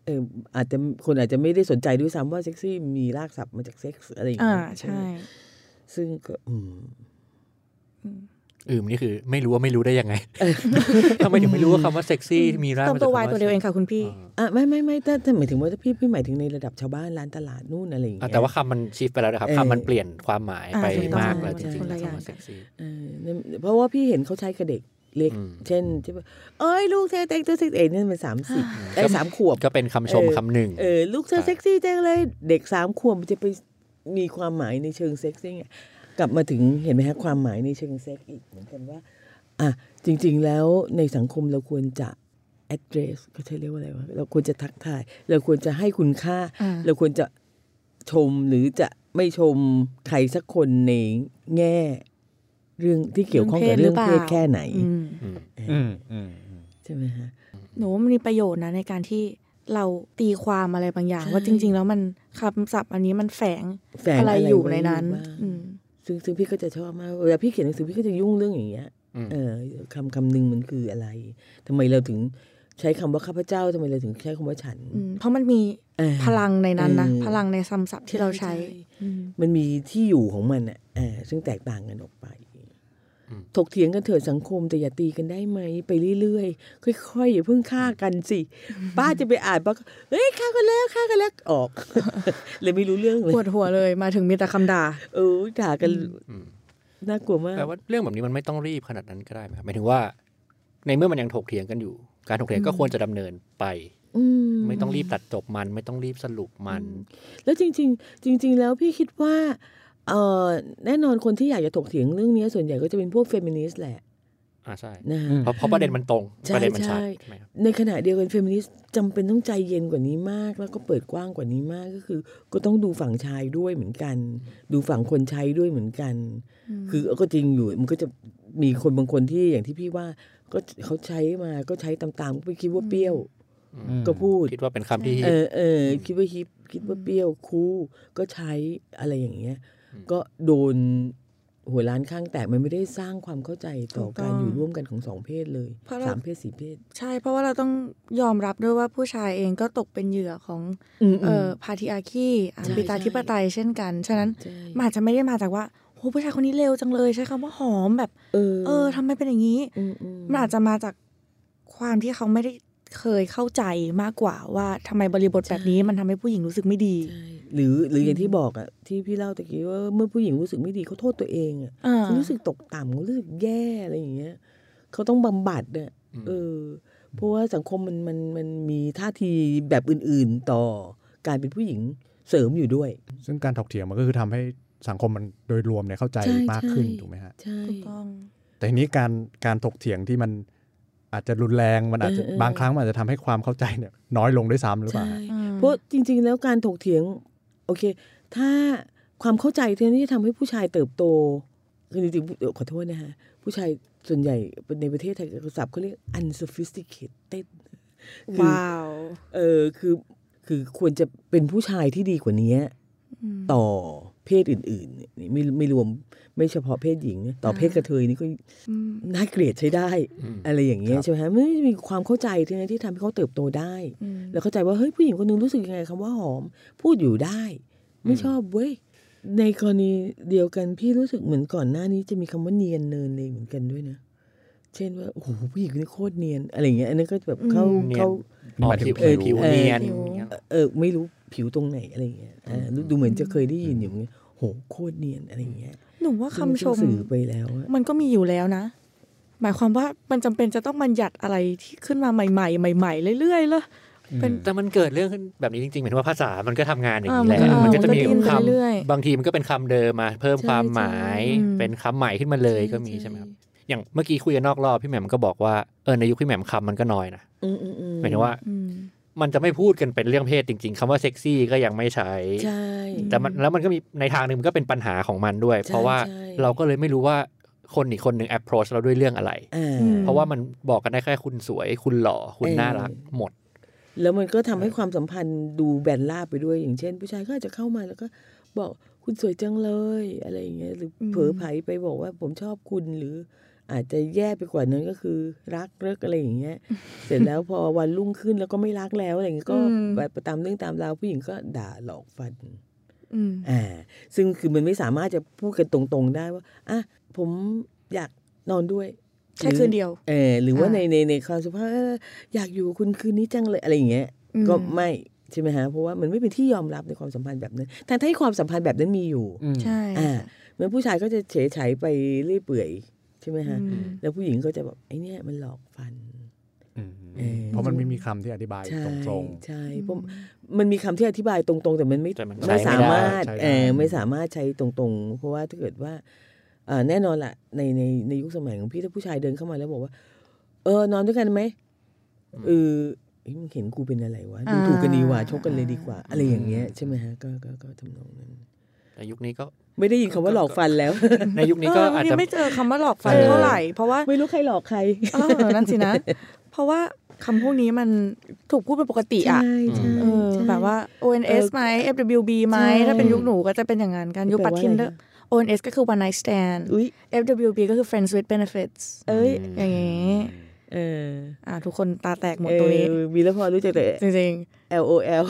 เอออาจจะคนอาจจะไม่ได้สนใจด้วยซ้ำว่าเซ็กซี่มีรากศัพท์มาจากเซ็กส์อะไรอย่างอ่าเงี้ยใช่ซึ่งก็อืมอืมนี่คือไม่รู้ว่าไม่รู้ได้ยังไงทำไมถึงไม่รู้ว่าคำว่าเซ็กซี่มีรากเติมมาตัจาว กวายคำตัวเดียวเองค่ะคุณพี่อ่ะไม่ไม่ไม่แต่แต่หมายถึงว่าพี่พี่หมายถึงในระดับชาวบ้านร้านตลาดนู่นอะไรอย่างอ่ะเงี้ยแต่ว่าคำมันชิฟไปแล้วนะครับเออคำมันเปลี่ยนความหมายไปอ่าถูกต้องมากแล้วจใช่ริงคนละๆอย่างคำว่าเซ็กซี่เออเนี่ยเพราะว่าพี่เห็นเขาใช้กับเด็กเล็กอืมเช่นที่ว่าเอ้ยลูกเธอเต็กตัวเซ็กเอ็ดนี่มันสามสิบไอ้สามขวบก็เป็นคำชมเออคำหนึ่งเออลูกเธอเซ็กซี่จังเลยเด็กสามขวบมันจะไปมีความหมายในเชิงเซ็กซี่ไงกลับมาถึงเห็นไหมฮะความหมายในเชิงเซ็กอีกเหมือนกันว่าอ่ะจริงๆแล้วในสังคมเราควรจะ address ก็ใช้เรียกว่าอะไรวะเราควรจะทักทายเราควรจะให้คุณค่าอ่าเราควรจะชมหรือจะไม่ชมใครสักคนในแง่เรื่องที่เกี่ยวข้องกับเรื่องเพศแค่ไหนอืมอืมอืมอืมอืมใช่ไหมฮะหนูว่ามันมีประโยชน์นะในการที่เราตีความอะไรบางอย่างใช่ว่าจริง ๆ แล้วมันคำศัพท์อันนี้มันแฝงแฝงอะไรอะไรอยู่ไว้ในนั้นบ้างอืมซึ่งซึ่งพี่ก็จะชอบมากเวลาพี่เขียนหนังสือพี่ก็จะยุ่งเรื่องอย่างเงี้ยอืมเออคำคำหนึ่งมันคืออะไรทำไมเราถึงใช้คำว่าข้าพเจ้าทำไมเราถึงใช้คำว่าฉันอืมเพราะมันมีเออพลังในนั้นนะเออพลังในคำศัพท์ที่เราใช้ อืมมันมีที่อยู่ของมันอ่ะเออซึ่งแตกต่างกันออกไป ถกเถียงกันเถิดสังคมแต่อย่าตีกันได้ไหมไปเรื่อยๆค่อยๆอย่าเพิ่งฆ่ากันสิป้าจะไปอ่านป้าก็เฮ้ยฆ่ากันแล้วฆ่ากันแล้วออก เลยไม่รู้เรื่องเลยปวดหัวเลยมาถึงมีแต่คำด่าเออด่ากันอืมน่ากลัวมากแปลว่าเรื่องแบบนี้มันไม่ต้องรีบขนาดนั้นก็ได้ไหมครับหมายถึงว่า ในเมื่อมันยังถกเถียงกันอยู่ การถกเถียงก็ควรจะดำเนินไปอืมไม่ต้องรีบตัดจบมัน ไม่ต้องรีบสรุปมันแล้วจริงๆ จริง ๆ แล้วพี่คิดว่าเออแน่นอนคนที่อยากจะถกเถียงเรื่องนี้ส่วนใหญ่ก็จะเป็นพวกเฟมินิสต์แหละอ่าใช่นะฮะเพราะเพราะประเด็นมันตรงใช่ประเด็นมันชัดใช่ใช่ไหมครับในขณะเดียวกันเฟมินิสต์จำเป็นต้องใจเย็นกว่านี้มาก แล้วก็เปิดกว้างกว่านี้มากก็คือ ก็ต้องดูฝั่งชายด้วยเหมือนกัน ดูฝั่งคนใช้ด้วยเหมือนกัน คือก็จริงอยู่มันก็จะมีคนบางคนที่อย่างที่พี่ว่าก็เขาใช้มาก็ใช้ตามๆก็ไปคิดว่าเปรี้ยว ก็พูดคิดว่าเป็นคำที่เออเออคิดว่าฮิปคิดว่าเปรี้ยวคูลก็ใช้อะไรอย่างเงี้ย ก็โดนหัวล้านข้างแตกมันไม่ได้สร้างความเข้าใจต่อถูกต้องการอยู่ร่วมกันของสองเพศเลยเพราะเราสามเพศสี่เพศใช่เพราะว่าเราต้องยอมรับด้วยว่าผู้ชายเองก็ตกเป็นเหยื่อของอืมเอ่อพาทิอาคีอ่ะใช่ปิตาธิปไตยเช่นกัน ฉะนั้นใช่มันอาจจะไม่ได้มาจากว่าโหผู้ชายคนนี้เร็วจังเลยใช้คำว่าหอมแบบเออเออทำไมเป็นอย่างนี้อืมอืมมันอาจจะมาจากความที่เขาไม่ได้เคยเข้าใจมากกว่าว่าทำไมบริบทแบบนี้มันทำให้ผู้หญิงรู้สึกไม่ดีใช่หรือหรืออย่างที่บอกอ่ะที่พี่เล่าตะกี้ว่าเมื่อผู้หญิงรู้สึกไม่ดีเขาโทษตัวเองอ่ะอ่าเขารู้สึกตกต่ำเขารู้สึกแย่อะไรอย่างเงี้ยเขาต้องบำบัดเนี่ยเออ เพราะว่าสังคมมันมันมันมีท่าทีแบบอื่น ๆ ต่อการเป็นผู้หญิงเสริมอยู่ด้วยซึ่งการถกเถียงมันก็คือทำให้สังคมมันโดยรวมเนี่ยเข้าใจใช่มากขึ้นใช่ถูกไหมฮะใช่ถูกต้องแต่ทีนี้การการถกเถียงที่มันอาจจะรุนแรงมันอาจจะเออเออบางครั้งมันอาจจะทำให้ความเข้าใจเนี่ยน้อยลงด้วยซ้ำหรือเปล่าใช่อืมเพราะจริง ๆ แล้วการถกเถียงโอเค ถ้าความเข้าใจที่จะทำให้ผู้ชายเติบโตคือจริงๆเอ่อขอโทษนะฮะผู้ชายส่วนใหญ่ในประเทศไทยศัพท์เขาเรียก unsophisticated คือว้าวเออคือคือควรจะเป็นผู้ชายที่ดีกว่านี้ต่อเพศอื่นๆนี่ไม่ไม่รวมไม่เฉพาะเพศหญิงนะต่อเพศกระเทยนี่ก็น่าเกลียดใช้ได้ อะไรอย่างเงี้ยใช่ไหมฮะไม่มีความเข้าใจที่ที่ทำให้เขาเติบโตได้ แล้วเข้าใจว่าเฮ้ยผู้หญิงคนนึงรู้สึกยังไงคำว่าหอมพูดอยู่ได้ ไม่ชอบเว้ยในกรณีเดียวกันพี่รู้สึกเหมือนก่อนหน้านี้จะมีคำว่าเนียนเนินเลยเหมือนกันด้วยนะเช่นว่าโอ้โหผู้หญิงคนนี้โคตรเนียนอะไรอย่างเงี้ยอันนั้นก็แบบเข้าเนียนเข้านี่หมายถึงผิวผิวเออเนียนผิวอย่างเงี้ยเออไม่รู้ผิวตรงไหนอะไรอย่างเงี้ยอ่าดูเหมือนจะเคยได้ยินอยู่เหมือนกันโหโคตรเนียนอะไรอย่างเงี้ยหนูว่าคำชมซึ่งสื่อไปแล้วอะมันก็มีอยู่แล้วนะ หมายความว่ามันจำเป็นจะต้องบัญญัติอะไรที่ขึ้นมาใหม่ๆใหม่ๆเรื่อยๆเลยเป็นแต่มันเกิดเรื่องขึ้นแบบนี้จริงๆหมายถึงว่าภาษามันก็ทำงานอย่างนี้แหละอ่ามัมันนก็ก็จะมีมันก็ดิ้นไปคเรื่อยำบางทีมันก็เป็นคำเดิมมาเพิ่มใช่ความหมายใช่เป็นคำใหม่ขึ้นมาเลยก็มีใช่ใช่ไหมครับอย่างเมื่อกี้คุยกันนอกรอบพี่แหม่มก็บอกว่าเออในยุคพี่แหม่มคำมันก็น้อยนะอืมอืมอืมหมายถึงว่าอืมมันจะไม่พูดกันเป็นเรื่องเพศจริงๆคำว่าเซ็กซี่ก็ยังไม่ใช้ใช่แต่มันแล้วมันก็มีในทางหนึ่งมันก็เป็นปัญหาของมันด้วยใช่เพราะว่าใช่เราก็เลยไม่รู้ว่าคนอีกคนหนึ่ง approach เราด้วยเรื่องอะไรอ่าอืมเพราะว่ามันบอกกันได้แค่คุณสวยคุณหล่อคุณเออน่ารักหมดแล้วมันก็ทำให้ความสัมพันธ์ดูแบนราบไปด้วยอย่างเช่น ผู้ชายก็อาจจะเข้ามาแล้วก็บอกคุณสวยจังเลยอะไรอย่างเงี้ยหรืออมเผลอไผลไปบอกว่าผมชอบคุณหรืออาจจะแย่ไปกว่านั้นก็คือรักเลิกอะไรอย่างเงี้ย เสร็จแล้วพอวันรุ่งขึ้นแล้วก็ไม่รักแล้วอะไรอย่างเงี้ยก็ไปตามเรื่องตามราวผู้หญิงก็ด่าหลอกฟันอ่าซึ่งคือมันไม่สามารถจะพูดกันตรงๆได้ว่าอ่ะผมอยากนอนด้วยแค่คืนเดียวเออหรือว่าในในในความสุภาพอยากอยู่คุณคืนนี้จังเลยอะไรอย่างเงี้ยก็ไม่ใช่ไหมฮะเพราะว่ามันไม่เป็นที่ยอมรับในความสัมพันธ์แบบนั้นทั้งที่ความสัมพันธ์แบบนั้นมีอยู่ใช่อ่าเหมือนผู้ชายก็จะเฉยเฉยไปเรื่อยเปื่อยใช่ไหมฮะแล้วผู้หญิงก็จะแบบไอ้นี่มันหลอกฟันเพราะมันไม่มีคำที่อธิบายตรงๆใช่เพราะมันมีคำที่อธิบายตรงๆแต่มันไม่ไม่สามารถเออไม่สามารถใช้ตรงๆเพราะว่าถ้าเกิดว่าแน่นอนแหละในในในยุคสมัยของพี่ถ้าผู้ชายเดินเข้ามาแล้วบอกว่าเออนอนด้วยกันไหมเออมึงเห็นกูเป็นอะไรวะดูถูกกันดีกว่าชกกันเลยดีกว่าอะไรอย่างเงี้ยใช่ไหมฮะก็ก็ก็ทำนองนั้นในยุคนี้ก็ไม่ได้ยินคำว่าหลอกฟันแล้วในยุคนี้ก็อาจจะไม่เจอคำว่าหลอกฟันเท่าไหร่เพราะว่าไม่รู้ใครหลอกใครเออนั่นสินะเพราะว่าคำพวกนี้มันถูกพูดเป็นปกติอ่ะแบบว่า โอ เอ็น เอส ไหม เอฟ ดับเบิลยู บี ไหมถ้าเป็นยุคหนูก็จะเป็นอย่างนั้นกันยุคปัด Tinder โอ เอ็น เอส ก็คือ one night stand เอฟ ดับเบิลยู บี ก็คือ friends with benefits เอ้ยอย่างงี้เอออ่าทุกคนตาแตกหมดตรงนี้มีแล้วพอรู้จักแต่จริงๆ แอล โอ แอล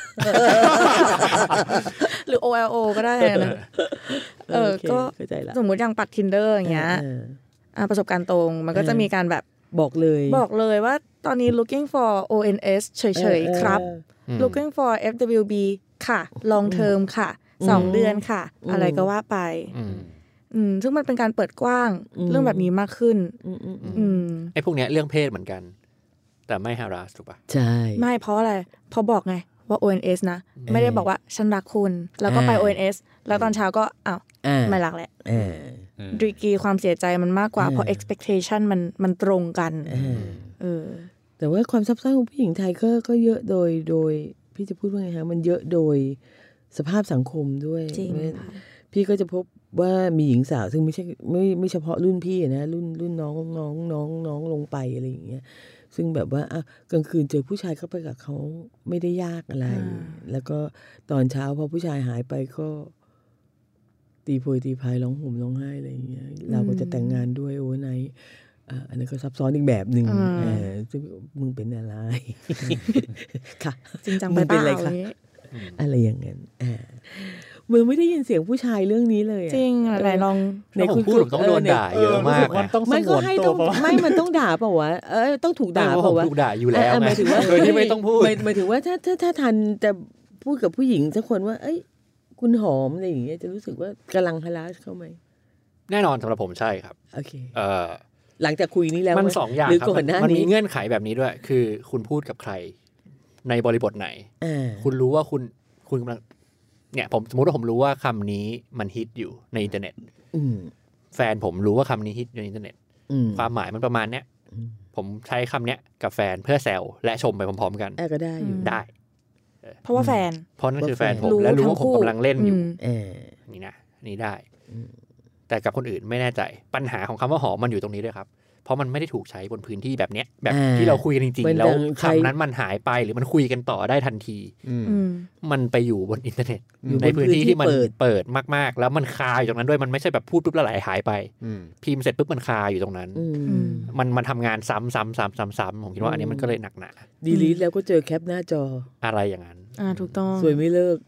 หรือ โอ แอล โอ ก็ได้นะเออก็สมมุติอย่างปัด Tinder อย่างเงี้ยอ่าประสบการณ์ตรงมันก็จะมีการแบบบอกเลยบอกเลยว่าตอนนี้ looking for โอ เอ็น เอส เฉยๆครับ looking for เอฟ ดับเบิลยู บี ค่ะ long term ค่ะสองเดือนค่ะอะไรก็ว่าไปอืมซึ่งมันเป็นการเปิดกว้างเรื่องแบบนี้มากขึ้นอืมไอ้พวกเนี้ยเรื่องเพศเหมือนกันแต่ไม่ harass ถูกป่ะใช่ไม่เพราะอะไรพอบอกไงว่า โอ เอ็น เอส นะไม่ได้บอกว่าฉันรักคุณแล้วก็ไป โอ เอ็น เอส แล้วตอนเช้าก็อ้าวไม่รักแหละดีกรีความเสียใจมันมากกว่าเพราะ expectation มันมันตรงกันเออแต่ว่าความซับซ้อนของผู้หญิงไทยก็ก็เยอะโดยโดยพี่จะพูดว่าไงคะมันเยอะโดยสภาพสังคมด้วยพี่ก็จะพบว่ามีหญิงสาวซึ่งไม่ใช่ไม่ไม่เฉพาะรุ่นพี่นะรุ่นรุ่นน้องน้องน้องน้องลงไปอะไรอย่างเงี้ยซึ่งแบบว่าอ่ะกลางคืนเจอผู้ชายเข้าไปกับเขาไม่ได้ยากอะไรแล้วก็ตอนเช้าพอผู้ชายหายไปก็ตีโพยตีพายร้องห่มร้องไห้อะไรอย่างเงี้ยเราก็จะแต่งงานด้วยโอ้ไหนอันนี้ก็ซับซ้อนอีกแบบหนึ่งมึงเป็นอะไรค่ะจริงจังไปเปล่าอะไรอย่างเงี้ยมึงไม่ได้ยินเสียงผู้ชายเรื่องนี้เลยจริงอะไรลองในคุณพูดต้องโดนด่าเยอะมากมันต้องไม่ก็ให้ต้องไม่มันต้องด่าเปล่าวะเออต้องถูกด่าเปล่าวะถูกด่าอยู่แล้วหมายถึงว่าโดยที่ไม่ต้องพูดหมายถึงว่าถ้าถ้าถ้าทันจะพูดกับผู้หญิงสักคนว่าเอ้ยคุณหอมอะไรอย่างเงี้ยจะรู้สึกว่ากำลังฮาราสเข้าไหมแน่นอนสำหรับผมใช่ครับโอเคเออหลังจากคุยนี้แล้วมันสองอย่างครับมันมีเงื่อนไขแบบนี้ด้วยคือคุณพูดกับใครในบริบทไหนคุณรู้ว่าคุณคุณกำลังเนี่ยผมสมมติว่าผมรู้ว่าคำนี้มันฮิตอยู่ในอินเทอร์เน็ตแฟนผมรู้ว่าคำนี้ฮิตในอินเทอร์เน็ตความหมายมันประมาณเนี้ยผมใช้คำเนี้ยกับแฟนเพื่อแซวและชมไปพร้อมๆกันก็ได้อยู่ได้เพราะว่าแฟนเพราะนั่นคือแฟนผมและรู้ว่าผมกำลังเล่นอยู่นี่นะนี่ได้แต่กับคนอื่นไม่แน่ใจปัญหาของคำว่าหอมมันอยู่ตรงนี้ด้วยครับเพราะมันไม่ได้ถูกใช้บนพื้นที่แบบเนี้ยแบบที่เราคุยกันจริงๆแล้วคำนั้นมันหายไปหรือมันคุยกันต่อได้ทันทีมันไปอยู่บนอินเทอร์เน็ตในพื้นที่ที่มันเปิดมากๆแล้วมันคาอยู่ตรงนั้นด้วยมันไม่ใช่แบบพูดปุ๊บแล้วไหลหายไปพิมพ์เสร็จปุ๊บมันคาอยู่ตรงนั้นมันมันทำงานซ้ำซ้ำซ้ำซ้ำซ้ำผมคิดว่าอันนี้มันก็เลยหนักหนาดีลีทแล้วก็เจอแคปหน้าจออะไรอย่างนั้นอ่าถูกต้องสวยไม่เลิก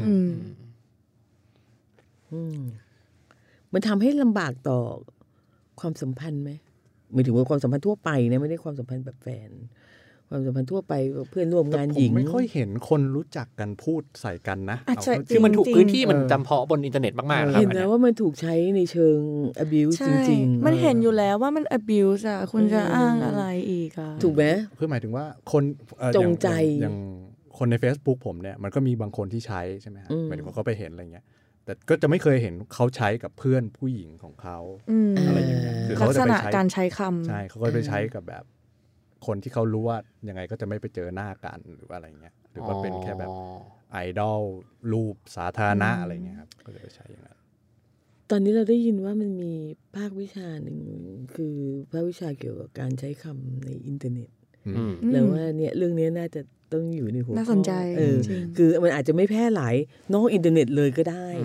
มันทำให้ลำบากต่อความสัมพันธ์ไหมหมายถึงว่าความสัมพันธ์ทั่วไปนะไม่ได้ความสัมพันธ์แบบแฟนความสัมพันธ์ทั่วไปเพื่อนร่วมงานหญิงไม่ค่อยเห็นคนรู้จักกันพูดใส่กันนะคือมันถูกพื้นที่มันจำเพาะบนอินเทอร์เน็ตมากๆครับเห็นแล้วว่ามันถูกใช้ในเชิง abuse จริงๆมันเห็นอยู่แล้วว่ามัน abuse อ่ะคุณจะอ้างอะไรอีกอ่ะถูกไหมคือหมายถึงว่าคนจงใจอย่างคนใน Facebook ผมเนี่ยมันก็มีบางคนที่ใช้ใช่ไหมฮะหมายถึงว่าเขาไปเห็นอะไรเงี้ยแต่ก็จะไม่เคยเห็นเขาใช้กับเพื่อนผู้หญิงของเขาอะไรอย่างเงี้ยคือเขาจะไปใช้การใช้คำใช่เขาก็ไปใช้กับแบบคนที่เขารู้ว่ายังไงก็จะไม่ไปเจอหน้ากันหรือว่าอะไรเงี้ยหรือว่าเป็นแค่แบบไอดอลรูปสาธารณะอะไรเงี้ยครับก็จะไปใช้อย่างนั้นตอนนี้เราได้ยินว่ามันมีภาควิชาหนึ่งคือภาควิชาเกี่ยวกับการใช้คำในอินเทอร์เน็ตแล้วว่าเนี่ยเรื่องนี้น่าจะต้องอยู่ในหัวน่าสนใจเออคือมันอาจจะไม่แพร่หลายนอกอินเทอร์เน็ตเลยก็ได้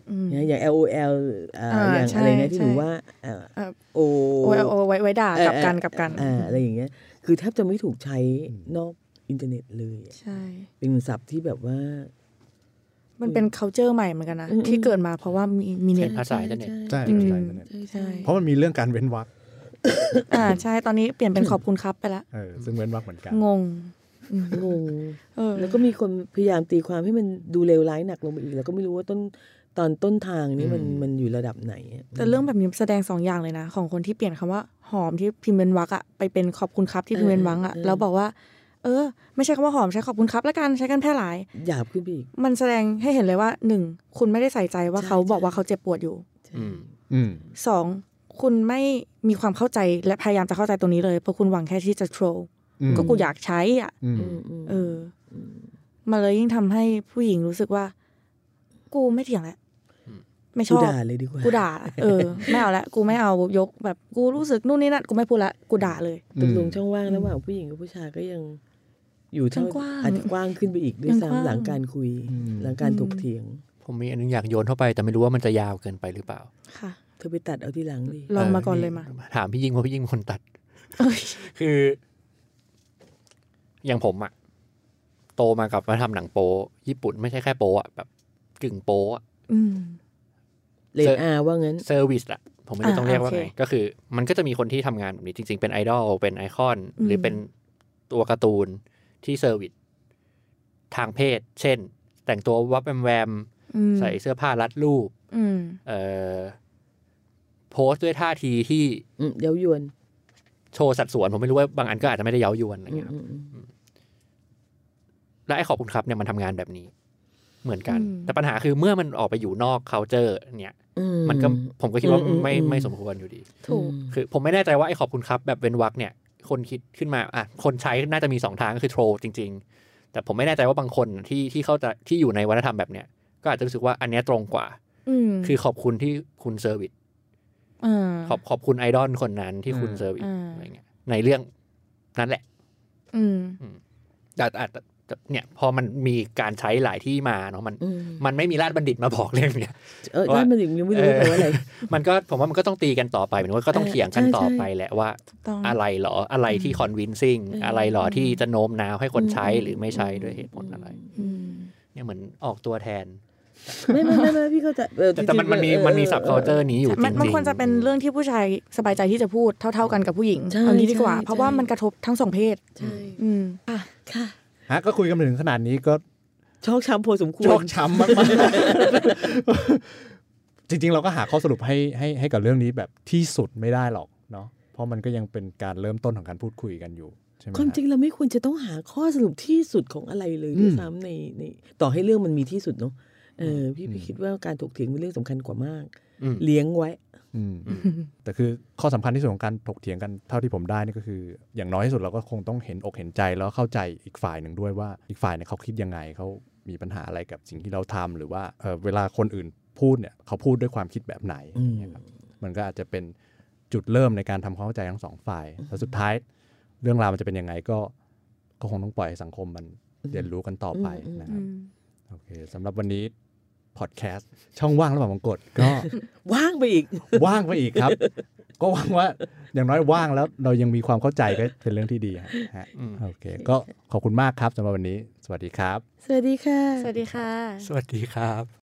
นะอย่าง แอล โอ แอล อ่าอย่างอะไรนะที่หนูว่าโอโอโอไว้ไว้ด่ากับกันกับกันอ่าอะไรอย่างเงี้ยคือแทบจะไม่ถูกใช้นอกอินเทอร์เน็ตเลยใช่เป็นศัพท์ที่แบบว่ามันเป็น culture ใหม่เหมือนกันนะที่เกิดมาเพราะว่ามีมีเน็ตภาษาอินเทอร์เน็ตใช่ภาษาอินเทอร์เน็ตเพราะมันมีเรื่องการเว้นวรรคอ่าใช่ตอนนี้เปลี่ยนเป็นขอบคุณครับไปละเออซึ่งเว้นวรรคเหมือนกันงงงงแล้วก็มีคนพยายามตีความให้มันดูเลวร้ายหนักลงไปอีกแล้วก็ไม่รู้ว่าต้นตอนต้นทางนี้มันมันอยู่ระดับไหนแต่เรื่องแบบนี้แสดงสองอย่างเลยนะของคนที่เปลี่ยนคำว่าหอมที่พิมพ์เว้นวรรคอะไปเป็นขอบคุณครับที่พิมพ์เว้นวรรคอะแล้วบอกว่าเออไม่ใช่คำว่าหอมใช้ขอบคุณครับแล้วกันใช้กันแพร่หลายหยาบขึ้นไปอีกมันแสดงให้เห็นเลยว่าหนึ่งคุณไม่ได้ใส่ใจว่าเขาบอกว่าเขาเจ็บปวดอยู่สองคุณไม่มีความเข้าใจและพยายามจะเข้าใจตรงนี้เลยเพราะคุณหวังแค่ที่จะโทรก็กูอยากใช้อ่ะเออมันเลยยิ่งทำให้ผู้หญิงรู้สึกว่ากูไม่เถียงแล้วไม่ชอบกูด่าเลยดีกว่ากูด่าเออไม่เอาละกูไม่เอายกแบบกูรู้สึกนู่นนี่นั่นกูไม่พูดละกูด่าเลยตกลงช่องว่างระหว่างผู้หญิงกับผู้ชายก็ยังอยู่เท่าอาจจะกว้างขึ้นไปอีกด้วยซ้ำหลังการคุยหลังการถกเถียงผมมีอันนึงอยากโยนเข้าไปแต่ไม่รู้ว่ามันจะยาวเกินไปหรือเปล่าค่ะเธอไปตัดเอาทีหลังดิลองมาก่อนเลยมาถามพี่ยิ่งเพราะพี่ยิ่งคนตัดคืออย่างผมอะโตมากับมาทำหนังโป๊ญี่ปุ่นไม่ใช่แค่โป๊อะแบบกึ่งโป๊อะเลนอาว่างั้นเซอร์วิสอะผมไม่รู้ต้องเรียกว่าไงก็คือมันก็จะมีคนที่ทำงานแบบนี้จริงๆเป็นไอดอลเป็นไอคอนหรือเป็นตัวการ์ตูนที่เซอร์วิสทางเพศเช่นแต่งตัววับแวมแวมใส่เสื้อผ้ารัดรูปเอ่อโพสด้วยท่าทีที่เย้ายวนโชว์สัดส่วนผมไม่รู้ว่าบางอันก็อาจจะไม่ได้เย้ายวนอะไรเงี้ยและไอ้ขอบคุณครับเนี่ยมันทำงานแบบนี้เหมือนกันแต่ปัญหาคือเมื่อมันออกไปอยู่นอก culture เนี่ยมันก็ผมก็คิดว่าไม่ไม่สมควรอยู่ดีถูกคือผมไม่แน่ใจว่าไอ้ขอบคุณครับแบบเว้นวรรคเนี่ยคนคิดขึ้นมาอ่ะคนใช้น่าจะมีสองทางก็คือโทรจริงๆแต่ผมไม่แน่ใจว่าบางคนที่ที่เข้าใจที่อยู่ในวัฒนธรรมแบบเนี้ยก็อาจจะรู้สึกว่าอันนี้ตรงกว่าคือขอบคุณที่คุณเซอร์วิสขอบขอบคุณไอดอลคนนั้นที่คุณเซอร์วิสอะไรเงี้ยในเรื่องนั้นแหละแต่อาจจะเนี่ยพอมันมีการใช้หลายที่มาเนาะมันมันไม่มีราชบัณฑิตมาบอกเรื่องเนี้ยเออราชบัณฑิตยังไม่รู้เลยว่าอะไรมันก็ผมว่ามันก็ต้องตีกันต่อไปเหมือนว่าก็ต้องเถียงกันต่อไปแหละว่าอะไรหรออะไรที่ convincing อะไรหรอที่จะโน้มน้าวให้คนใช้หรือไม่ใช้ด้วยเหตุผลอะไรเนี่ยเหมือนออกตัวแทนไม่ไม่ไม่ไม่พี่ก็จะแต่มันมันมีมันมีซับคัลเจอร์นี้อยู่จริงๆมันควรจะเป็นเรื่องที่ผู้ชายสบายใจที่จะพูดเท่าๆกันกับผู้หญิงเอางี้ดีกว่าเพราะว่ามันกระทบทั้งสองเพศใช่อืมค่ะค่ะฮะก็คุยกันถึงขนาดนี้ก็ชอกช้ำพอสมควรชอกช้ำมากๆจริงๆเราก็หาข้อสรุปให้ให้ให้กับเรื่องนี้แบบที่สุดไม่ได้หรอกเนาะเพราะมันก็ยังเป็นการเริ่มต้นของการพูดคุยกันอยู่ใช่ไหมความจริงเราไม่ควรจะต้องหาข้อสรุปที่สุดของอะไรเลยด้วยซ้ำในในต่อให้เรื่องมันมีที่สุดเนาะเออพี่พี่คิดว่าการถกเถียงเป็นเรื่องสำคัญกว่ามากเลี้ยงไว้แต่คือข้อสำคัญที่สุดของการถกเถียงกันเท่าที่ผมได้นี่ก็คืออย่างน้อยที่สุดเราก็คงต้องเห็นอกเห็นใจแล้วเข้าใจอีกฝ่ายหนึ่งด้วยว่าอีกฝ่ายเนี่ยเขาคิดยังไงเขามีปัญหาอะไรกับสิ่งที่เราทำหรือว่าเออเวลาคนอื่นพูดเนี่ยเขาพูดด้วยความคิดแบบไหนนะครับมันก็อาจจะเป็นจุดเริ่มในการทำความเข้าใจทั้งสองฝ่ายแล้วสุดท้ายเรื่องราวมันจะเป็นยังไงก็ก็คงต้องปล่อยให้สังคมมันเรียนรู้กันต่อไปนะครับโอเคสำหรับวันนี้พอดแคสต์ช่องว่างระหว่างมงกฎก็ว่างไปอีกว่างไปอีกครับก็หวังว่าอย่างน้อยว่างแล้วเรายังมีความเข้าใจก็เป็นเรื่องที่ดีฮะโอเคก็ขอบคุณมากครับสำหรับวันนี้สวัสดีครับสวัสดีค่ะสวัสดีค่ะสวัสดีครับ